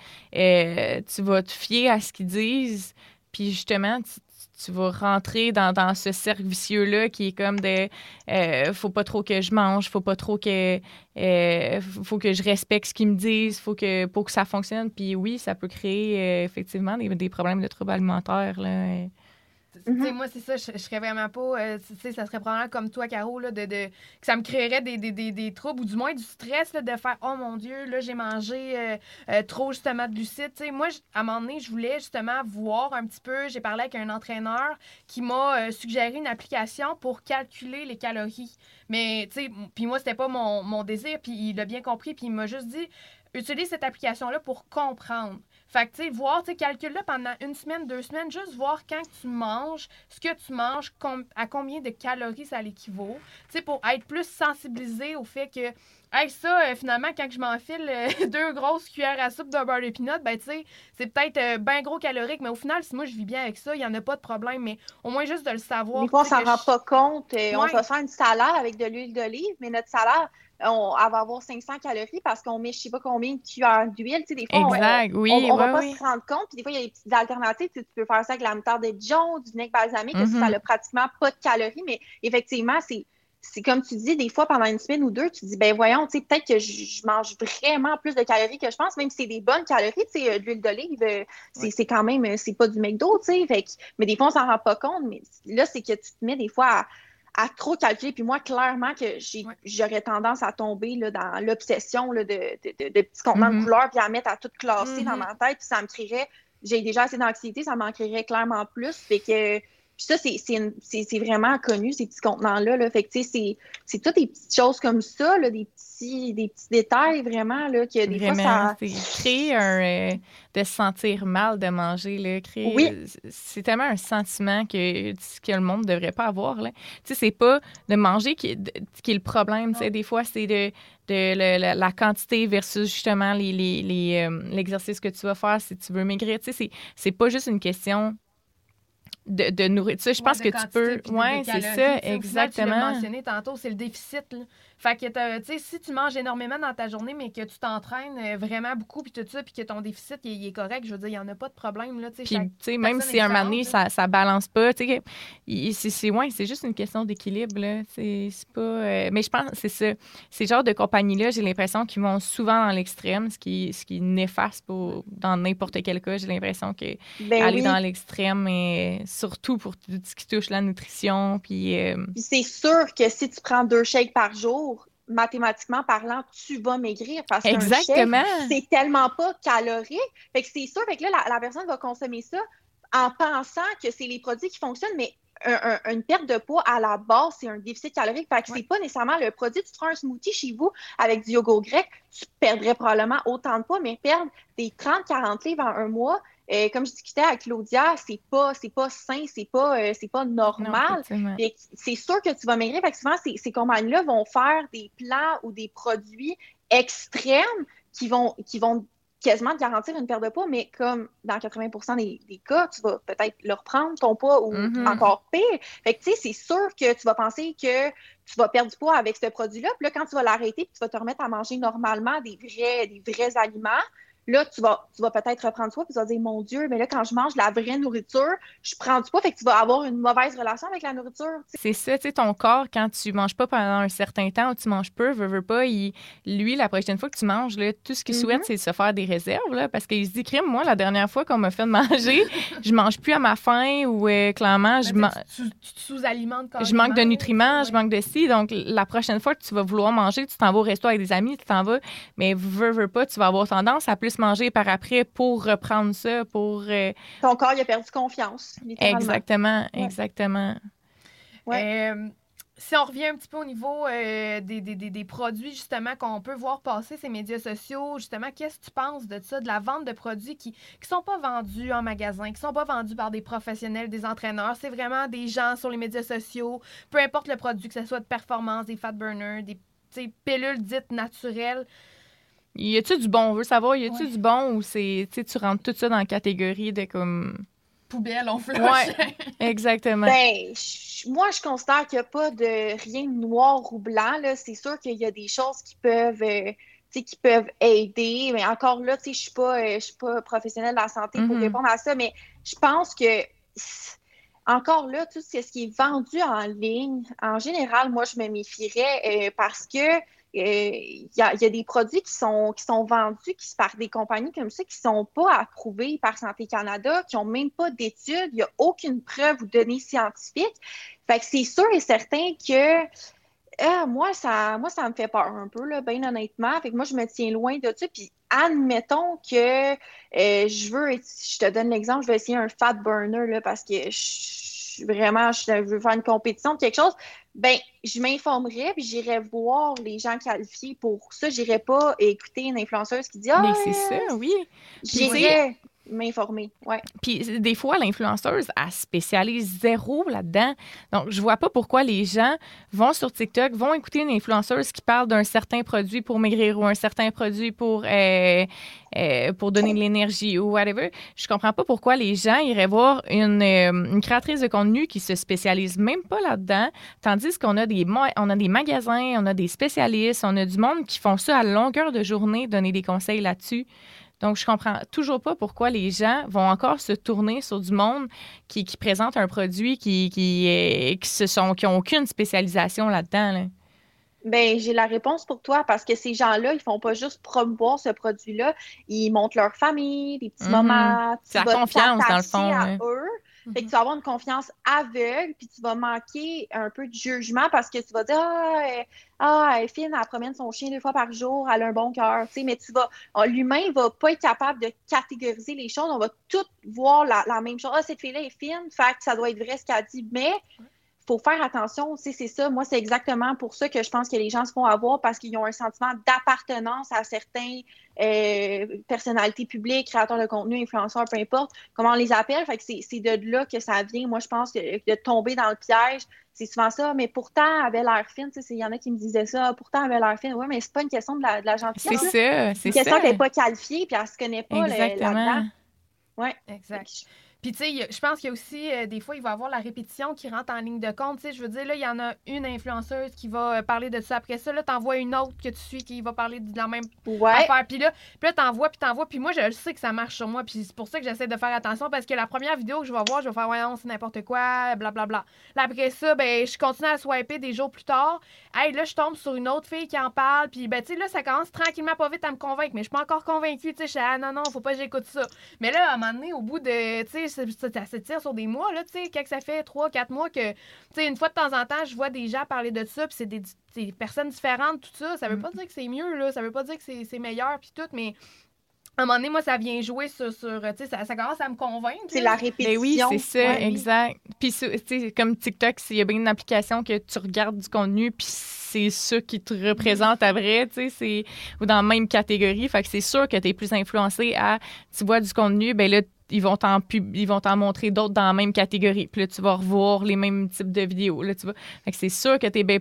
tu vas te fier à ce qu'ils disent, puis justement, tu vas rentrer dans ce cercle vicieux-là qui est comme faut pas trop que je mange, faut pas trop que faut que je respecte ce qu'ils me disent, pour que ça fonctionne. Puis oui, ça peut créer effectivement des problèmes de troubles alimentaires, là. Moi, c'est ça, je serais vraiment pas... ça serait probablement comme toi, Caro, là, que ça me créerait des troubles ou du moins du stress là, de faire « Oh mon Dieu, là, j'ai mangé trop justement de glucides. » Moi, à un moment donné, je voulais justement voir un petit peu... J'ai parlé avec un entraîneur qui m'a suggéré une application pour calculer les calories. Mais, tu sais, puis moi, c'était pas mon désir, puis il l'a bien compris, puis il m'a juste dit « Utilise cette application-là pour comprendre. » Fait que, tu sais, voir, tu sais, calcule-le pendant 1 semaine, 2 semaines, juste voir quand tu manges, ce que tu manges, à combien de calories ça l'équivaut. Tu sais, pour être plus sensibilisé au fait que, finalement, quand je m'enfile 2 grosses cuillères à soupe de beurre de pinot, ben, tu sais, c'est peut-être bien gros calorique, mais au final, si moi, je vis bien avec ça, il n'y en a pas de problème, mais au moins juste de le savoir. Des fois, on s'en rend pas compte. On va faire une salade avec de l'huile d'olive, mais notre salade, elle va avoir 500 calories parce qu'on met je sais pas combien de cuillères d'huile. Tu sais, des fois, on va pas se rendre compte. Puis des fois, il y a des petites alternatives. Tu peux faire ça avec la moutarde de Dijon, du vinaigre balsamique, ça n'a pratiquement pas de calories. Mais effectivement, c'est comme tu dis, des fois, pendant 1 semaine ou 2, tu te dis, ben voyons, tu sais, peut-être que je mange vraiment plus de calories que je pense, même si c'est des bonnes calories, tu sais, de l'huile d'olive, c'est quand même, c'est pas du McDo, tu sais, mais des fois, on s'en rend pas compte, mais là, c'est que tu te mets des fois à trop calculer, puis moi, clairement, que j'aurais tendance à tomber là, dans l'obsession là, de petits contenants de couleurs, puis à mettre à tout classer dans ma tête, puis ça me créerait, j'ai déjà assez d'anxiété, ça m'en créerait clairement plus, fait que... Puis ça, c'est vraiment connu, ces petits contenants-là. Là. Fait que, tu sais, c'est toutes des petites choses comme ça, là, des petits détails, vraiment, là, que des fois, ça... C'est créer de se sentir mal de manger, là. C'est tellement un sentiment que le monde ne devrait pas avoir, là. Tu sais, c'est pas de manger qui est le problème, tu sais. Des fois, c'est de la quantité versus, justement, l'exercice que tu vas faire si tu veux maigrir. Tu sais, c'est pas juste une question de nourriture. Je pense que tu peux... Oui, c'est ça, exactement. Tu l'as mentionné tantôt, c'est le déficit. Là. Fait que, tu sais, si tu manges énormément dans ta journée, mais que tu t'entraînes vraiment beaucoup, puis tout ça, puis que ton déficit, il est correct, je veux dire, il n'y en a pas de problème. Là, puis, tu sais, même si un moment donné, ça balance pas, tu sais, c'est juste une question d'équilibre, là. C'est pas... mais je pense que c'est ça. Ces genres de compagnies-là, j'ai l'impression qu'ils vont souvent dans l'extrême, ce qui est néfaste dans n'importe quel cas. J'ai l'impression que aller dans l'extrême, et surtout pour tout ce qui touche la nutrition, puis c'est sûr que si tu prends 2 shakes par jour, mathématiquement parlant, tu vas maigrir parce qu'un shake, c'est tellement pas calorique. Fait que c'est sûr, fait que là, la personne va consommer ça en pensant que c'est les produits qui fonctionnent, mais une perte de poids, à la base, c'est un déficit calorique. Fait que c'est pas nécessairement le produit. Tu te feras un smoothie chez vous avec du yogourt grec, tu perdrais probablement autant de poids, mais perdre des 30-40 livres en un mois, comme je discutais avec Claudia, c'est pas sain, c'est pas normal. C'est sûr que tu vas maigrir. Fait que souvent, ces compagnies-là vont faire des plans ou des produits extrêmes qui vont quasiment te garantir une perte de poids, mais comme dans 80% des cas, tu vas peut-être le reprendre, ton poids, ou encore pire. Fait que, tu sais, c'est sûr que tu vas penser que tu vas perdre du poids avec ce produit-là, puis là, quand tu vas l'arrêter, puis tu vas te remettre à manger normalement des vrais aliments, là, tu vas peut-être reprendre soin, puis tu vas dire, mon Dieu, mais là, quand je mange de la vraie nourriture, je prends du poids, fait que tu vas avoir une mauvaise relation avec la nourriture. C'est ça, tu sais, ton corps, quand tu manges pas pendant un certain temps ou tu manges peu, veux pas, lui, la prochaine fois que tu manges, là, tout ce qu'il souhaite, c'est de se faire des réserves, là, parce qu'il se dit, crime, moi, la dernière fois qu'on m'a fait manger, je mange plus à ma faim ou clairement, tu te sous-alimentes quand je manque de nutriments, je manque de ci, donc la prochaine fois que tu vas vouloir manger, tu t'en vas au resto avec des amis, tu t'en vas, mais veux pas, tu vas avoir tendance à plus manger par après pour reprendre ça, pour... Ton corps, il a perdu confiance, littéralement. Exactement. Ouais. Si on revient un petit peu au niveau des produits, justement, qu'on peut voir passer ces médias sociaux, justement, qu'est-ce que tu penses de ça, de la vente de produits qui sont pas vendus en magasin, qui sont pas vendus par des professionnels, des entraîneurs, c'est vraiment des gens sur les médias sociaux, peu importe le produit, que ce soit de performance, des fat burners, des pilules dites naturelles. Y a-tu du bon? On veut savoir, y a-tu du bon ou c'est, tu rentres tout ça dans la catégorie de comme... Poubelle, on flush. Ouais, exactement. Ben, moi, je considère qu'il n'y a pas de rien de noir ou blanc, là. C'est sûr qu'il y a des choses qui peuvent aider, mais encore là, je suis pas professionnelle de la santé pour répondre à ça, mais je pense que encore là, tout ce qui est vendu en ligne, en général, moi, je me méfierais parce que il y a des produits qui sont vendus par des compagnies comme ça qui ne sont pas approuvées par Santé Canada, qui n'ont même pas d'études, il n'y a aucune preuve ou donnée scientifique. Fait que c'est sûr et certain que moi, ça me fait peur un peu, là, bien honnêtement. Fait que moi, je me tiens loin de ça. Puis admettons que je te donne l'exemple, je vais essayer un fat burner là, parce que je veux faire une compétition de quelque chose. Ben, je m'informerais puis j'irais voir les gens qualifiés pour ça. J'irais pas écouter une influenceuse qui dit mais c'est ça, oui. J'irais m'informer, ouais. Puis des fois, l'influenceuse, elle spécialise zéro là-dedans. Donc, je vois pas pourquoi les gens vont sur TikTok, vont écouter une influenceuse qui parle d'un certain produit pour maigrir ou un certain produit pour donner de l'énergie ou whatever. Je comprends pas pourquoi les gens iraient voir une créatrice de contenu qui se spécialise même pas là-dedans, tandis qu'on a des magasins, on a des spécialistes, on a du monde qui font ça à longueur de journée, donner des conseils là-dessus. Donc, je comprends toujours pas pourquoi les gens vont encore se tourner sur du monde qui présente un produit qui ont aucune spécialisation là-dedans. Là. Ben, j'ai la réponse pour toi parce que ces gens-là, ils font pas juste promouvoir ce produit-là, ils montrent leur famille, des petits moments. C'est la confiance, dans le fond. À eux. Fait que tu vas avoir une confiance aveugle, puis tu vas manquer un peu de jugement parce que tu vas dire elle est fine, elle promène son chien 2 fois par jour, elle a un bon cœur. Mais l'humain ne va pas être capable de catégoriser les choses. On va tous voir la même chose. Cette fille-là est fine, fait que ça doit être vrai ce qu'elle dit. Mais il faut faire attention, c'est ça. Moi, c'est exactement pour ça que je pense que les gens se font avoir parce qu'ils ont un sentiment d'appartenance à certains personnalités publiques, créateurs de contenu, influenceurs, peu importe comment on les appelle. Fait que c'est de là que ça vient. Moi, je pense que de tomber dans le piège, c'est souvent ça. Mais pourtant, elle avait l'air fine. Il y en a qui me disaient ça. Pourtant, elle avait l'air fine. Oui, mais c'est pas une question de la gentillesse. C'est une question qu'elle n'est pas qualifiée puis elle se connaît pas exactement. là-dedans. Oui, exact. Puis, tu sais, je pense qu'il y a aussi, des fois, il va y avoir la répétition qui rentre en ligne de compte. Tu sais, je veux dire, là, il y en a une influenceuse qui va parler de ça. Après ça, là, t'envoies une autre que tu suis qui va parler de la même affaire. Puis là, t'envoies. Puis moi, je sais que ça marche sur moi. Puis c'est pour ça que j'essaie de faire attention parce que la première vidéo que je vais voir, je vais faire, ouais, non, c'est n'importe quoi, blablabla. Là, après ça, ben, je continue à swiper des jours plus tard. Hey, là, je tombe sur une autre fille qui en parle. Puis, ben, tu sais, là, ça commence tranquillement pas vite à me convaincre. Mais je suis pas encore convaincue. Tu sais, je suis, non, faut pas que j'écoute ça. Mais là, à un moment donné, au bout de, tu sais, ça s'étire sur des mois, là, tu sais, quand ça fait 3-4 mois que, tu sais, une fois de temps en temps, je vois des gens parler de ça, puis c'est des personnes différentes, tout ça. Ça veut pas dire que c'est mieux, là, ça veut pas dire que c'est meilleur, puis tout, mais à un moment donné, moi, ça vient jouer sur tu sais, ça commence à me convaincre. C'est la répétition. Ben oui, c'est ça, exact. Puis, tu sais, comme TikTok, il y a bien une application que tu regardes du contenu, puis c'est ça qui te représente à vrai, tu sais, ou dans la même catégorie. Fait que c'est sûr que tu es plus influencé à, tu vois du contenu, ben là, ils vont t'en montrer d'autres dans la même catégorie. Puis là, tu vas revoir les mêmes types de vidéos. Là, fait que c'est sûr que tu es bien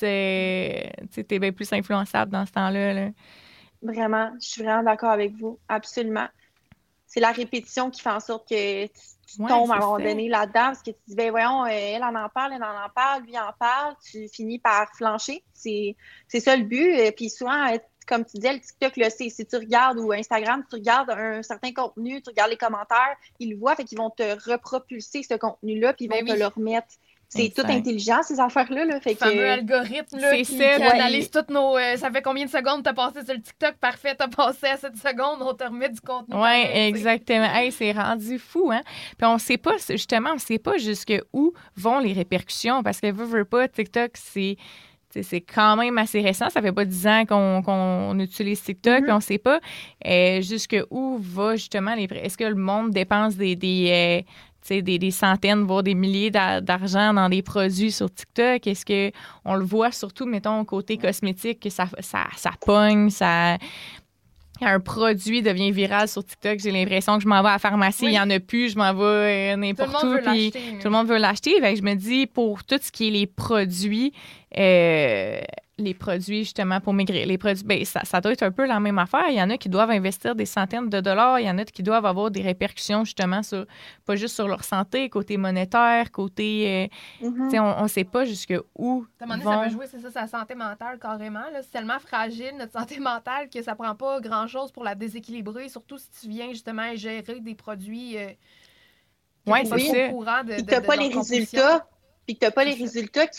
plus influençable dans ce temps-là. Là. Vraiment, je suis vraiment d'accord avec vous. Absolument. C'est la répétition qui fait en sorte que tu tombes à un moment donné là-dedans parce que tu dis, ben voyons, elle en parle, lui en parle. Tu finis par flancher. C'est ça le but. Puis souvent, comme tu disais, le TikTok, là, si tu regardes, ou Instagram, tu regardes un certain contenu, tu regardes les commentaires, ils le voient, fait qu'ils vont te repropulser ce contenu-là, puis ils vont te le remettre. C'est tout intelligent, ces affaires-là. Là, fait le fameux algorithme là, qui analyse toutes nos... ça fait combien de secondes t'as passé sur le TikTok? Parfait, t'as passé à cette seconde, on te remet du contenu. Oui, exactement. Hey, c'est rendu fou, hein? Puis on sait pas, justement, jusqu'où vont les répercussions, parce que veut pas, TikTok, c'est quand même assez récent. Ça fait pas 10 ans qu'on utilise TikTok, puis on sait pas jusqu'où va justement les... Est-ce que le monde dépense des centaines, voire des milliers d'argent dans des produits sur TikTok? Est-ce qu'on le voit surtout, mettons, côté cosmétique, que ça pogne, un produit devient viral sur TikTok, j'ai l'impression que je m'en vais à la pharmacie, il n'y en a plus, je m'en vais n'importe où, puis tout le monde veut l'acheter. Fait que je me dis, pour tout ce qui est les produits justement pour maigrir, les produits, ben, ça doit être un peu la même affaire. Il y en a qui doivent investir des centaines de dollars, il y en a qui doivent avoir des répercussions justement sur, pas juste sur leur santé, côté monétaire, côté, on ne sait pas jusqu'où ça va jouer, c'est ça, sa santé mentale carrément. Là. C'est tellement fragile, notre santé mentale, que ça prend pas grand-chose pour la déséquilibrer, surtout si tu viens justement gérer des produits ouais, c'est ça. Au courant de t'as pas les résultats, puis que t'as pas les résultats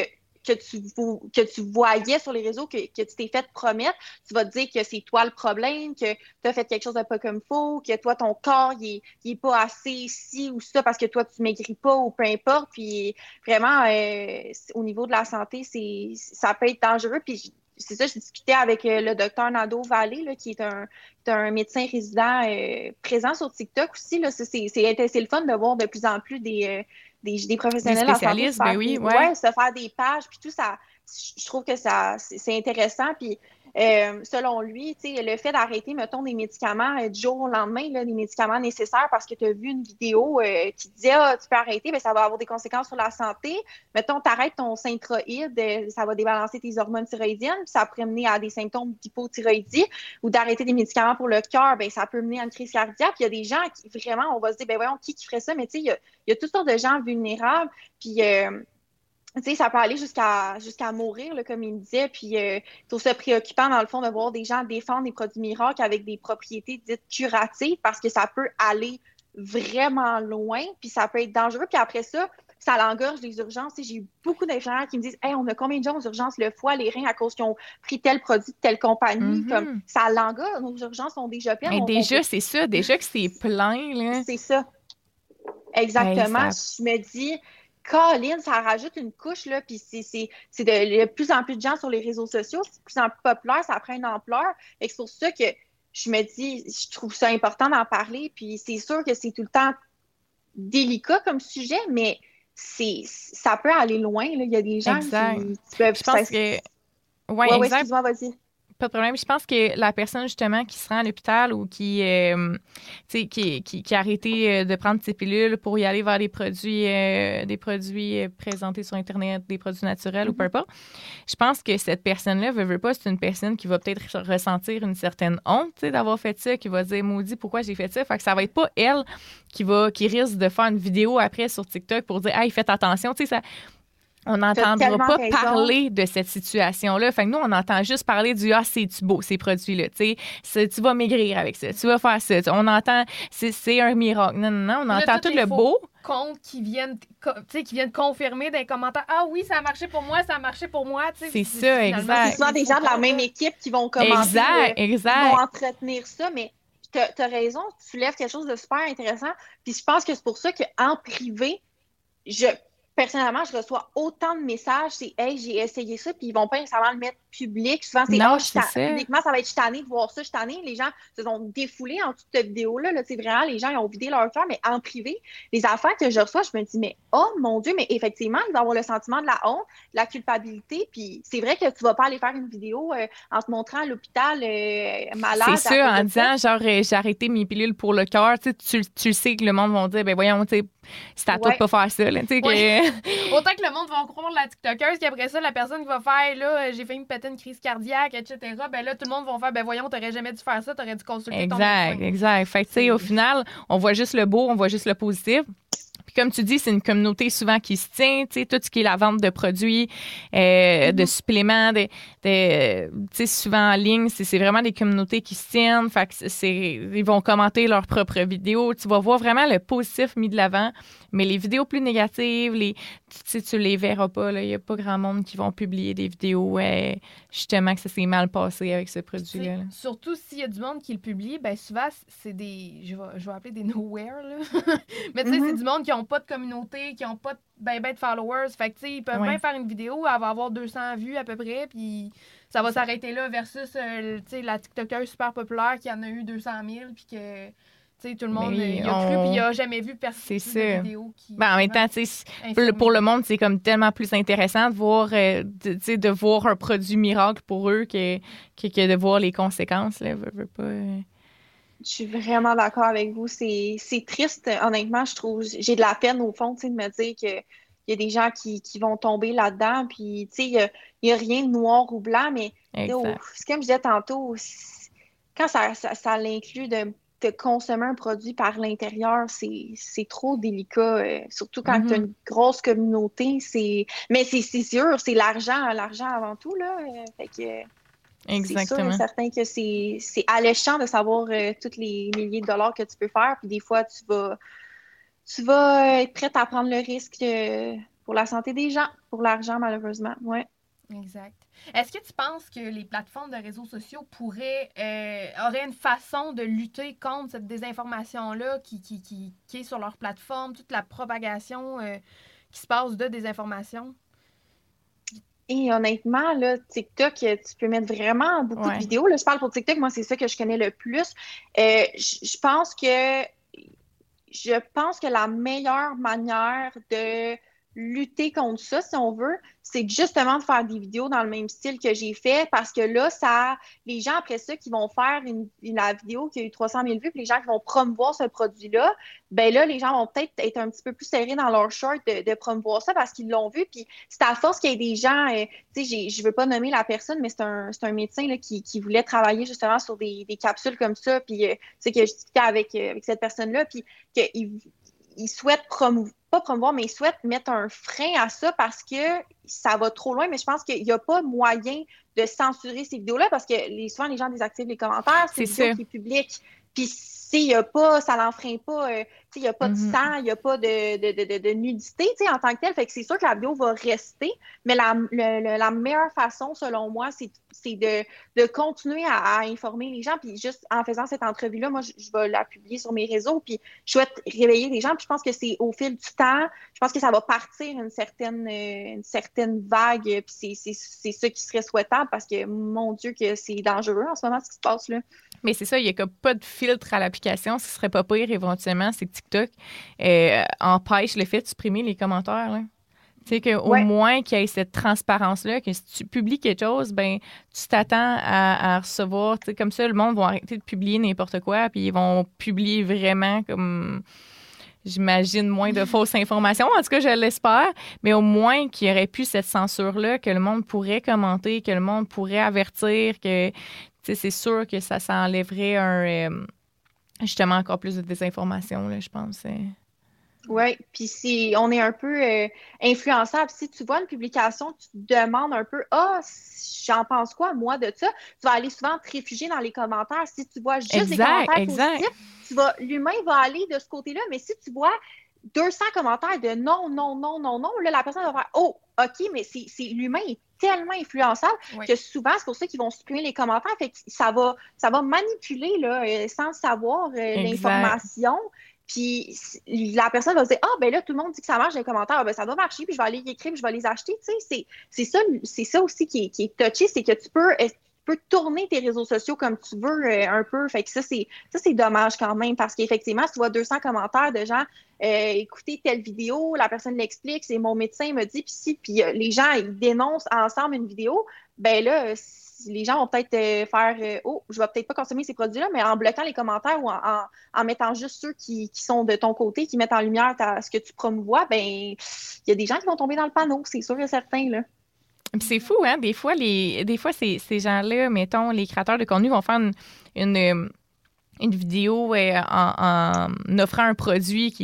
que tu voyais sur les réseaux, que tu t'es fait promettre, tu vas te dire que c'est toi le problème, que tu as fait quelque chose de pas comme il faut, que toi, ton corps, il est pas assez ci ou ça parce que toi, tu maigris pas ou peu importe. Puis vraiment, au niveau de la santé, ça peut être dangereux. Puis c'est ça, je discutais avec le docteur Nadeau Vallée, là, qui est un médecin résident présent sur TikTok aussi. Là. C'est le fun de voir de plus en plus des professionnels en santé se faire des pages, puis tout ça, je trouve que c'est intéressant. Puis selon lui, le fait d'arrêter, mettons, des médicaments du jour au lendemain, là, des médicaments nécessaires parce que tu as vu une vidéo qui disait tu peux arrêter, bien, ça va avoir des conséquences sur la santé. Mettons, tu arrêtes ton synthroïde, ça va débalancer tes hormones thyroïdiennes, puis ça pourrait mener à des symptômes d'hypothyroïdie, ou d'arrêter des médicaments pour le cœur, bien, ça peut mener à une crise cardiaque. Puis il y a des gens qui, vraiment, on va se dire, ben voyons, qui ferait ça? Mais tu sais, il y a toutes sortes de gens vulnérables, puis tu sais, ça peut aller jusqu'à mourir, là, comme il me disait. Puis, je trouve ça préoccupant, dans le fond, de voir des gens défendre des produits miracles avec des propriétés dites curatives parce que ça peut aller vraiment loin, puis ça peut être dangereux. Puis après ça l'engorge les urgences. J'ai eu beaucoup d'infirmières qui me disent « Hey, on a combien de gens aux urgences, le foie, les reins, à cause qu'ils ont pris tel produit de telle compagnie? Comme ça l'engorge, nos urgences sont déjà pleines. » Mais c'est ça, déjà que c'est plein, là. C'est ça. Exactement. Je me dis... Colin, ça rajoute une couche, là, puis c'est de plus en plus de gens sur les réseaux sociaux, c'est de plus en plus populaire, ça prend une ampleur. Et c'est pour ça que je me dis, je trouve ça important d'en parler, puis c'est sûr que c'est tout le temps délicat comme sujet, mais ça peut aller loin, là. Il y a des gens qui peuvent... Je pense que... Ouais, excuse-moi, vas-y. Pas de problème. Je pense que la personne, justement, qui se rend à l'hôpital ou qui a arrêté de prendre ses pilules pour y aller vers des produits présentés sur Internet, des produits naturels ou peu importe, je pense que cette personne-là, veut pas, c'est une personne qui va peut-être ressentir une certaine honte d'avoir fait ça, qui va dire « Maudit, pourquoi j'ai fait ça? » Fait que ça va être pas elle qui risque de faire une vidéo après sur TikTok pour dire « Hey, faites attention. » Tu sais, ça... On n'entendra pas parler de cette situation-là. Fait que nous, on entend juste parler du « Ah, c'est-tu beau, ces produits-là? » Tu sais, tu vas maigrir avec ça. Tu vas faire ça. On entend « C'est un miracle. » Non. On entend tout le beau. Comptes qui viennent confirmer dans les commentaires « Ah oui, ça a marché pour moi, ça a marché pour moi. » C'est ça, exact. C'est souvent des gens de la même équipe qui vont commenter. Exact. Qui vont entretenir ça, mais t'as raison, tu lèves quelque chose de super intéressant. Puis je pense que c'est pour ça qu'en privé, personnellement, je reçois autant de messages, c'est « Hey, j'ai essayé ça », puis ils vont pas nécessairement le mettre public. Souvent, c'est « publiquement, ça va être « Je suis tannée de voir ça, je suis tannée ». Les gens se sont défoulés en toute cette vidéo-là. Là, vraiment, les gens ils ont vidé leur cœur, mais en privé, les affaires que je reçois, je me dis « Mais oh mon Dieu, mais effectivement, ils vont avoir le sentiment de la honte, de la culpabilité, puis c'est vrai que tu vas pas aller faire une vidéo en te montrant à l'hôpital malade. » C'est ça, en disant genre « J'ai arrêté mes pilules pour le cœur », tu sais que le monde va dire « Ben voyons, tu sais, c'est à toi de pas faire ça. » Autant que le monde va croire la TikTokeuse, qu'après ça, la personne qui va faire, là, j'ai fait une péter une crise cardiaque, etc., ben là, tout le monde va faire, ben voyons, t'aurais jamais dû faire ça, t'aurais dû consulter ton médecin. Exact. Fait que, tu sais, au final, on voit juste le beau, on voit juste le positif. Puis comme tu dis, c'est une communauté souvent qui se tient, tu sais, tout ce qui est la vente de produits, de suppléments, tu sais, souvent en ligne, c'est vraiment des communautés qui se tiennent. Fait que ils vont commenter leurs propres vidéos. Tu vas voir vraiment le positif mis de l'avant, mais les vidéos plus négatives, tu les verras pas. Il n'y a pas grand monde qui vont publier des vidéos justement que ça s'est mal passé avec ce produit-là. Là. Surtout s'il y a du monde qui le publie, ben souvent, c'est des... Je vais appeler des nowhere, là. Mais tu sais, c'est du monde qui n'ont pas de communauté, qui n'ont pas de followers. Fait que tu sais, ils peuvent bien faire une vidéo, elle va avoir 200 vues à peu près, puis ça va s'arrêter là versus tu sais, la TikToker super populaire qui en a eu 200 000, puis que... T'sais, tout le monde y a cru, puis il n'a jamais vu personne de vidéo qui... en même temps, pour le monde, c'est comme tellement plus intéressant de voir, de voir un produit miracle pour eux que de voir les conséquences. Là. Je suis vraiment d'accord avec vous. C'est triste, honnêtement, je trouve. J'ai de la peine, au fond, de me dire qu'il y a des gens qui vont tomber là-dedans, puis il n'y a rien de noir ou blanc, mais c'est comme je disais tantôt, quand ça l'inclut de consommer un produit par l'intérieur, c'est trop délicat, surtout quand tu as une grosse communauté. Mais c'est sûr, c'est l'argent avant tout, là. Fait que exactement. C'est sûr et certain que c'est alléchant de savoir tous les milliers de dollars que tu peux faire, puis des fois, tu vas être prête à prendre le risque pour la santé des gens, pour l'argent, malheureusement. Ouais. Exact. Est-ce que tu penses que les plateformes de réseaux sociaux auraient une façon de lutter contre cette désinformation-là qui est sur leur plateforme, toute la propagation qui se passe de désinformation? Et honnêtement, là, TikTok, tu peux mettre vraiment beaucoup de vidéos. Là, je parle pour TikTok, moi, c'est ça que je connais le plus. Je pense que la meilleure manière de lutter contre ça, si on veut, c'est justement de faire des vidéos dans le même style que j'ai fait, parce que là, les gens après ça qui vont faire la vidéo qui a eu 300 000 vues, puis les gens qui vont promouvoir ce produit-là, ben là, les gens vont peut-être être un petit peu plus serrés dans leur short de promouvoir ça parce qu'ils l'ont vu, puis c'est à force qu'il y ait des gens, tu sais, je veux pas nommer la personne, mais c'est un médecin là, qui voulait travailler justement sur des capsules comme ça, puis tu sais, que je discutais avec cette personne-là, puis qu'il souhaite pas promouvoir, mais ils souhaitent mettre un frein à ça parce que ça va trop loin, mais je pense qu'il n'y a pas moyen de censurer ces vidéos-là parce que souvent, les gens désactivent les commentaires, c'est une vidéo qui est publique. Puis s'il n'y a pas, ça l'enfreint pas, il n'y a pas de sang, il n'y a pas de nudité en tant que tel. Fait que c'est sûr que la vidéo va rester, mais la meilleure façon, selon moi, c'est de continuer à informer les gens. Puis juste en faisant cette entrevue-là, moi, je vais la publier sur mes réseaux, puis je souhaite réveiller les gens. Puis je pense que c'est au fil du temps, je pense que ça va partir une certaine vague, puis c'est ça qui serait souhaitable parce que, mon Dieu, que c'est dangereux en ce moment, ce qui se passe là. Mais c'est ça, il n'y a comme pas de filtre à l'application. Ce serait pas pire, éventuellement, c'est que TikTok empêche le fait de supprimer les commentaires. Là. Tu sais, qu'au moins qu'il y ait cette transparence-là, que si tu publies quelque chose, ben tu t'attends à recevoir, tu sais, comme ça, le monde va arrêter de publier n'importe quoi, puis ils vont publier vraiment comme, j'imagine, moins de fausses informations. En tout cas, je l'espère, mais au moins qu'il y aurait plus cette censure-là, que le monde pourrait commenter, que le monde pourrait avertir, que, tu sais, c'est sûr que ça enlèverait justement encore plus de désinformation, là, je pense. Oui, puis si on est un peu influençable, si tu vois une publication, tu te demandes un peu, j'en pense quoi, moi, de ça? Tu vas aller souvent te réfugier dans les commentaires. Si tu vois juste des commentaires positifs, l'humain va aller de ce côté-là, mais si tu vois 200 commentaires de non, là, la personne va faire, oh, OK, mais l'humain est tellement influençable que souvent, c'est pour ça qu'ils vont supprimer les commentaires. Fait que ça va manipuler, là, sans le savoir, l'information. Puis la personne va se dire, ben là, tout le monde dit que ça marche dans les commentaires, ben ça doit marcher, puis je vais aller y écrire, puis je vais les acheter. Tu sais, c'est ça aussi qui est touché, c'est que tu peux tourner tes réseaux sociaux comme tu veux un peu. Fait que ça, c'est dommage quand même, parce qu'effectivement, si tu vois 200 commentaires de gens, écoutez telle vidéo, la personne l'explique, c'est mon médecin me dit, puis les gens, ils dénoncent ensemble une vidéo, ben là, les gens vont peut-être faire je vais peut-être pas consommer ces produits-là, mais en bloquant les commentaires ou en mettant juste ceux qui sont de ton côté, qui mettent en lumière ce que tu promouvois, ben il y a des gens qui vont tomber dans le panneau, c'est sûr et certain, là. Puis c'est fou, hein? Des fois, ces gens-là, mettons, les créateurs de contenu vont faire une vidéo en offrant un produit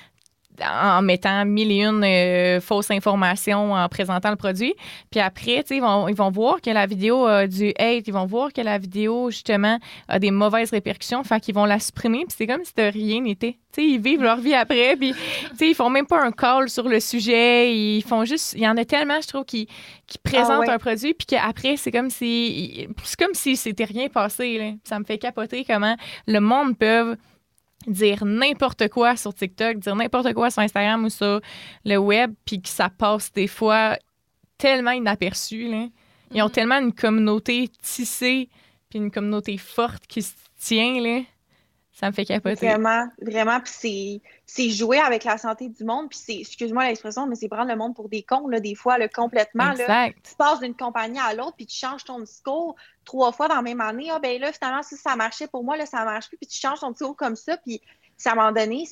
en mettant 1001 fausses informations en présentant le produit. Puis après, tu sais, ils vont voir que la vidéo a du hate, ils vont voir que la vidéo, justement, a des mauvaises répercussions, fait qu'ils vont la supprimer, puis c'est comme si de rien n'était. Tu sais, ils vivent leur vie après, puis tu sais, ils font même pas un call sur le sujet, ils font juste... Il y en a tellement, je trouve, qui présentent un produit, puis qu'après, c'est comme si c'était rien passé, là. Ça me fait capoter comment le monde peut dire n'importe quoi sur TikTok, dire n'importe quoi sur Instagram ou sur le web, puis que ça passe des fois tellement inaperçu, là. Ils ont tellement une communauté tissée, puis une communauté forte qui se tient, là. Ça me fait capoter. Vraiment, vraiment. Puis c'est jouer avec la santé du monde. Puis c'est, excuse-moi l'expression, mais c'est prendre le monde pour des cons, là, des fois, là, complètement. Là, tu passes d'une compagnie à l'autre, puis tu changes ton discours 3 fois dans la même année. Ben là, finalement, si ça marchait pour moi, là, ça marche plus. Puis tu changes ton discours comme ça. Puis à un moment donné,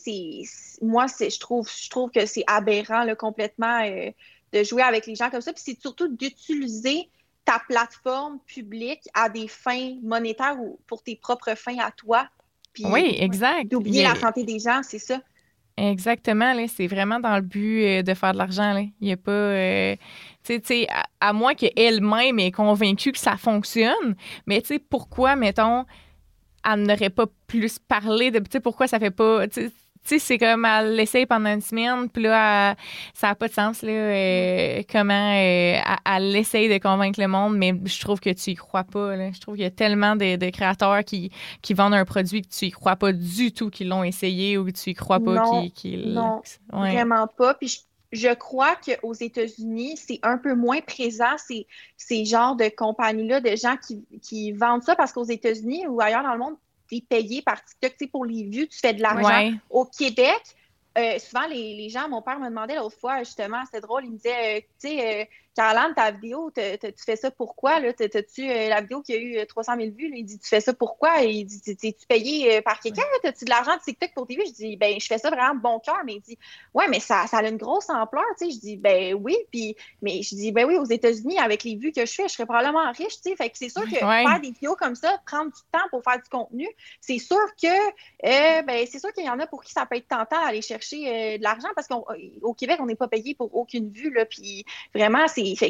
je trouve que c'est aberrant, là, complètement, de jouer avec les gens comme ça. Puis c'est surtout d'utiliser ta plateforme publique à des fins monétaires ou pour tes propres fins à toi. Oui, exact. D'oublier la santé des gens, c'est ça. Exactement, là, c'est vraiment dans le but de faire de l'argent, là. Il n'y a pas... tu sais, à moins qu'elle-même est convaincue que ça fonctionne, mais tu sais, pourquoi, mettons, elle n'aurait pas plus parlé de... Tu sais, pourquoi ça fait pas... Tu sais, c'est comme elle l'essaye pendant une semaine, puis là, ça n'a pas de sens, là, comment elle essaye de convaincre le monde, mais je trouve que tu y crois pas, là. Je trouve qu'il y a tellement de créateurs qui vendent un produit que tu y crois pas du tout qu'ils l'ont essayé ou que tu y crois pas qu'ils... Non, vraiment pas. Puis je crois qu'aux États-Unis, c'est un peu moins présent, ces genres de compagnies-là, de gens qui vendent ça, parce qu'aux États-Unis ou ailleurs dans le monde, t'es payé par TikTok, tu sais, pour les vues, tu fais de l'argent. Ouais. Au Québec, souvent, les gens, mon père me demandait l'autre fois, justement, c'était drôle, il me disait, tu sais, Caroline, ta vidéo, tu fais ça pourquoi, là? T'as-tu la vidéo qui a eu 300 000 vues, là, il dit, tu fais ça pourquoi? Il dit, t'es-tu payé par quelqu'un, là? T'as-tu de l'argent de TikTok pour tes vues? Je dis, ben, je fais ça vraiment de bon cœur, mais il dit, ouais, mais ça a une grosse ampleur, tu sais. Je dis, ben oui, mais je dis, ben oui, aux États-Unis, avec les vues que je fais, je serais probablement riche, tu sais. Fait que c'est sûr que faire des vidéos comme ça, prendre du temps pour faire du contenu, c'est sûr que, c'est sûr qu'il y en a pour qui ça peut être tentant d'aller chercher de l'argent, parce qu'au Québec, on n'est pas payé pour aucune vue, là, puis vraiment,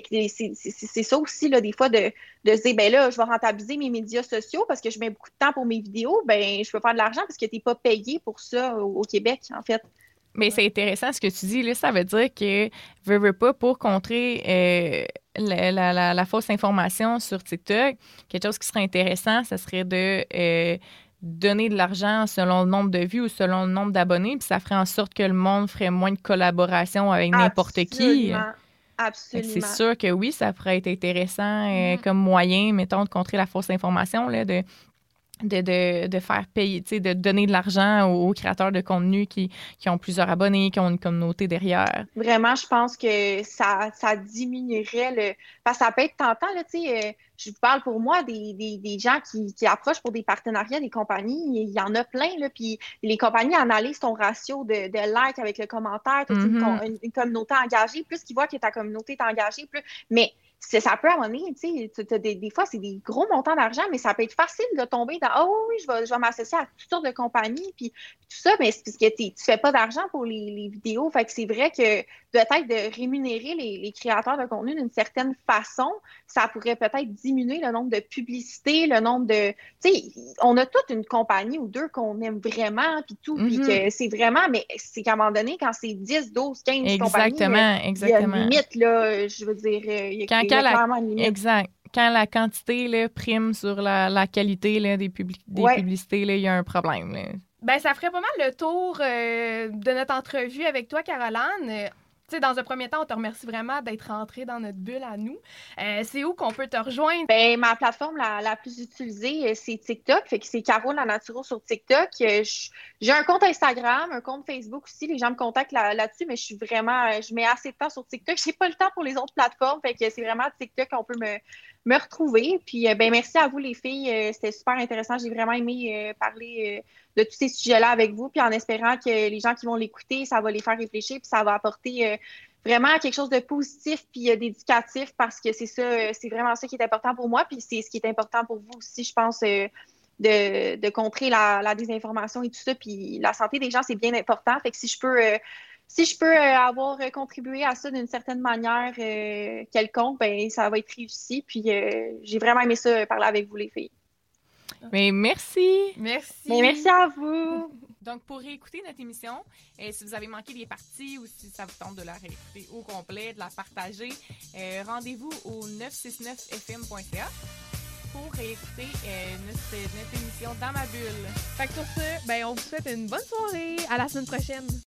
c'est ça aussi, là, des fois, de se dire, ben là, je vais rentabiliser mes médias sociaux parce que je mets beaucoup de temps pour mes vidéos, ben je peux faire de l'argent parce que tu n'es pas payé pour ça au Québec, en fait. Mais c'est intéressant ce que tu dis, là, ça veut dire que, veux pas, pour contrer la fausse information sur TikTok, quelque chose qui serait intéressant, ça serait de donner de l'argent selon le nombre de vues ou selon le nombre d'abonnés, puis ça ferait en sorte que le monde ferait moins de collaboration avec n'importe qui. Absolument. C'est sûr que oui, ça pourrait être intéressant comme moyen, mettons, de contrer la fausse information, là, de de faire payer, tu sais, de donner de l'argent aux créateurs de contenu qui ont plusieurs abonnés, qui ont une communauté derrière. Vraiment, je pense que ça diminuerait parce que ça peut être tentant, là, tu sais. Je vous parle pour moi des gens qui approchent pour des partenariats des compagnies. Il y en a plein, là. Puis les compagnies analysent ton ratio de likes avec le commentaire, toute une communauté engagée. Plus qu'ils voient que ta communauté est engagée, plus. Mais ça peut amener, tu sais, des fois, c'est des gros montants d'argent, mais ça peut être facile de tomber dans « Oh oui, je vais m'associer à toutes sortes de compagnies, puis tout ça, mais c'est parce que tu fais pas d'argent pour les vidéos. » Fait que c'est vrai que peut-être de rémunérer les créateurs de contenu d'une certaine façon, ça pourrait peut-être diminuer le nombre de publicités, le nombre de... Tu sais, on a toute une compagnie ou deux qu'on aime vraiment, puis tout, puis que c'est vraiment... Mais c'est qu'à un moment donné, quand c'est 10, 12, 15 compagnies, il y a une limite, là, je veux dire, il y a clairement une limite. Exact. Quand la quantité là, prime sur la qualité là, des publicités, il y a un problème. Là. Ben, ça ferait pas mal le tour de notre entrevue avec toi, Caroline. Tu sais, dans un premier temps, on te remercie vraiment d'être rentrée dans notre bulle à nous. C'est où qu'on peut te rejoindre? Ben, ma plateforme la plus utilisée, c'est TikTok. Fait que c'est Caro la Naturo sur TikTok. J'ai un compte Instagram, un compte Facebook aussi. Les gens me contactent là-dessus, mais je mets assez de temps sur TikTok. J'ai pas le temps pour les autres plateformes. Fait que c'est vraiment TikTok qu'on peut me retrouver. Puis, ben, merci à vous, les filles. C'était super intéressant. J'ai vraiment aimé parler de tous ces sujets-là avec vous, puis en espérant que les gens qui vont l'écouter, ça va les faire réfléchir, puis ça va apporter vraiment quelque chose de positif puis d'éducatif, parce que c'est vraiment ça qui est important pour moi, puis c'est ce qui est important pour vous aussi, je pense, de contrer la désinformation et tout ça, puis la santé des gens, c'est bien important. Fait que si je peux avoir contribué à ça d'une certaine manière quelconque, ben ça va être réussi, puis j'ai vraiment aimé ça parler avec vous, les filles. Mais merci. Merci. Mais merci à vous. Donc, pour réécouter notre émission, si vous avez manqué des parties ou si ça vous tente de la réécouter au complet, de la partager, rendez-vous au 969fm.ca pour réécouter notre émission Dans ma bulle. Fait que sur ce, ben, on vous souhaite une bonne soirée. À la semaine prochaine.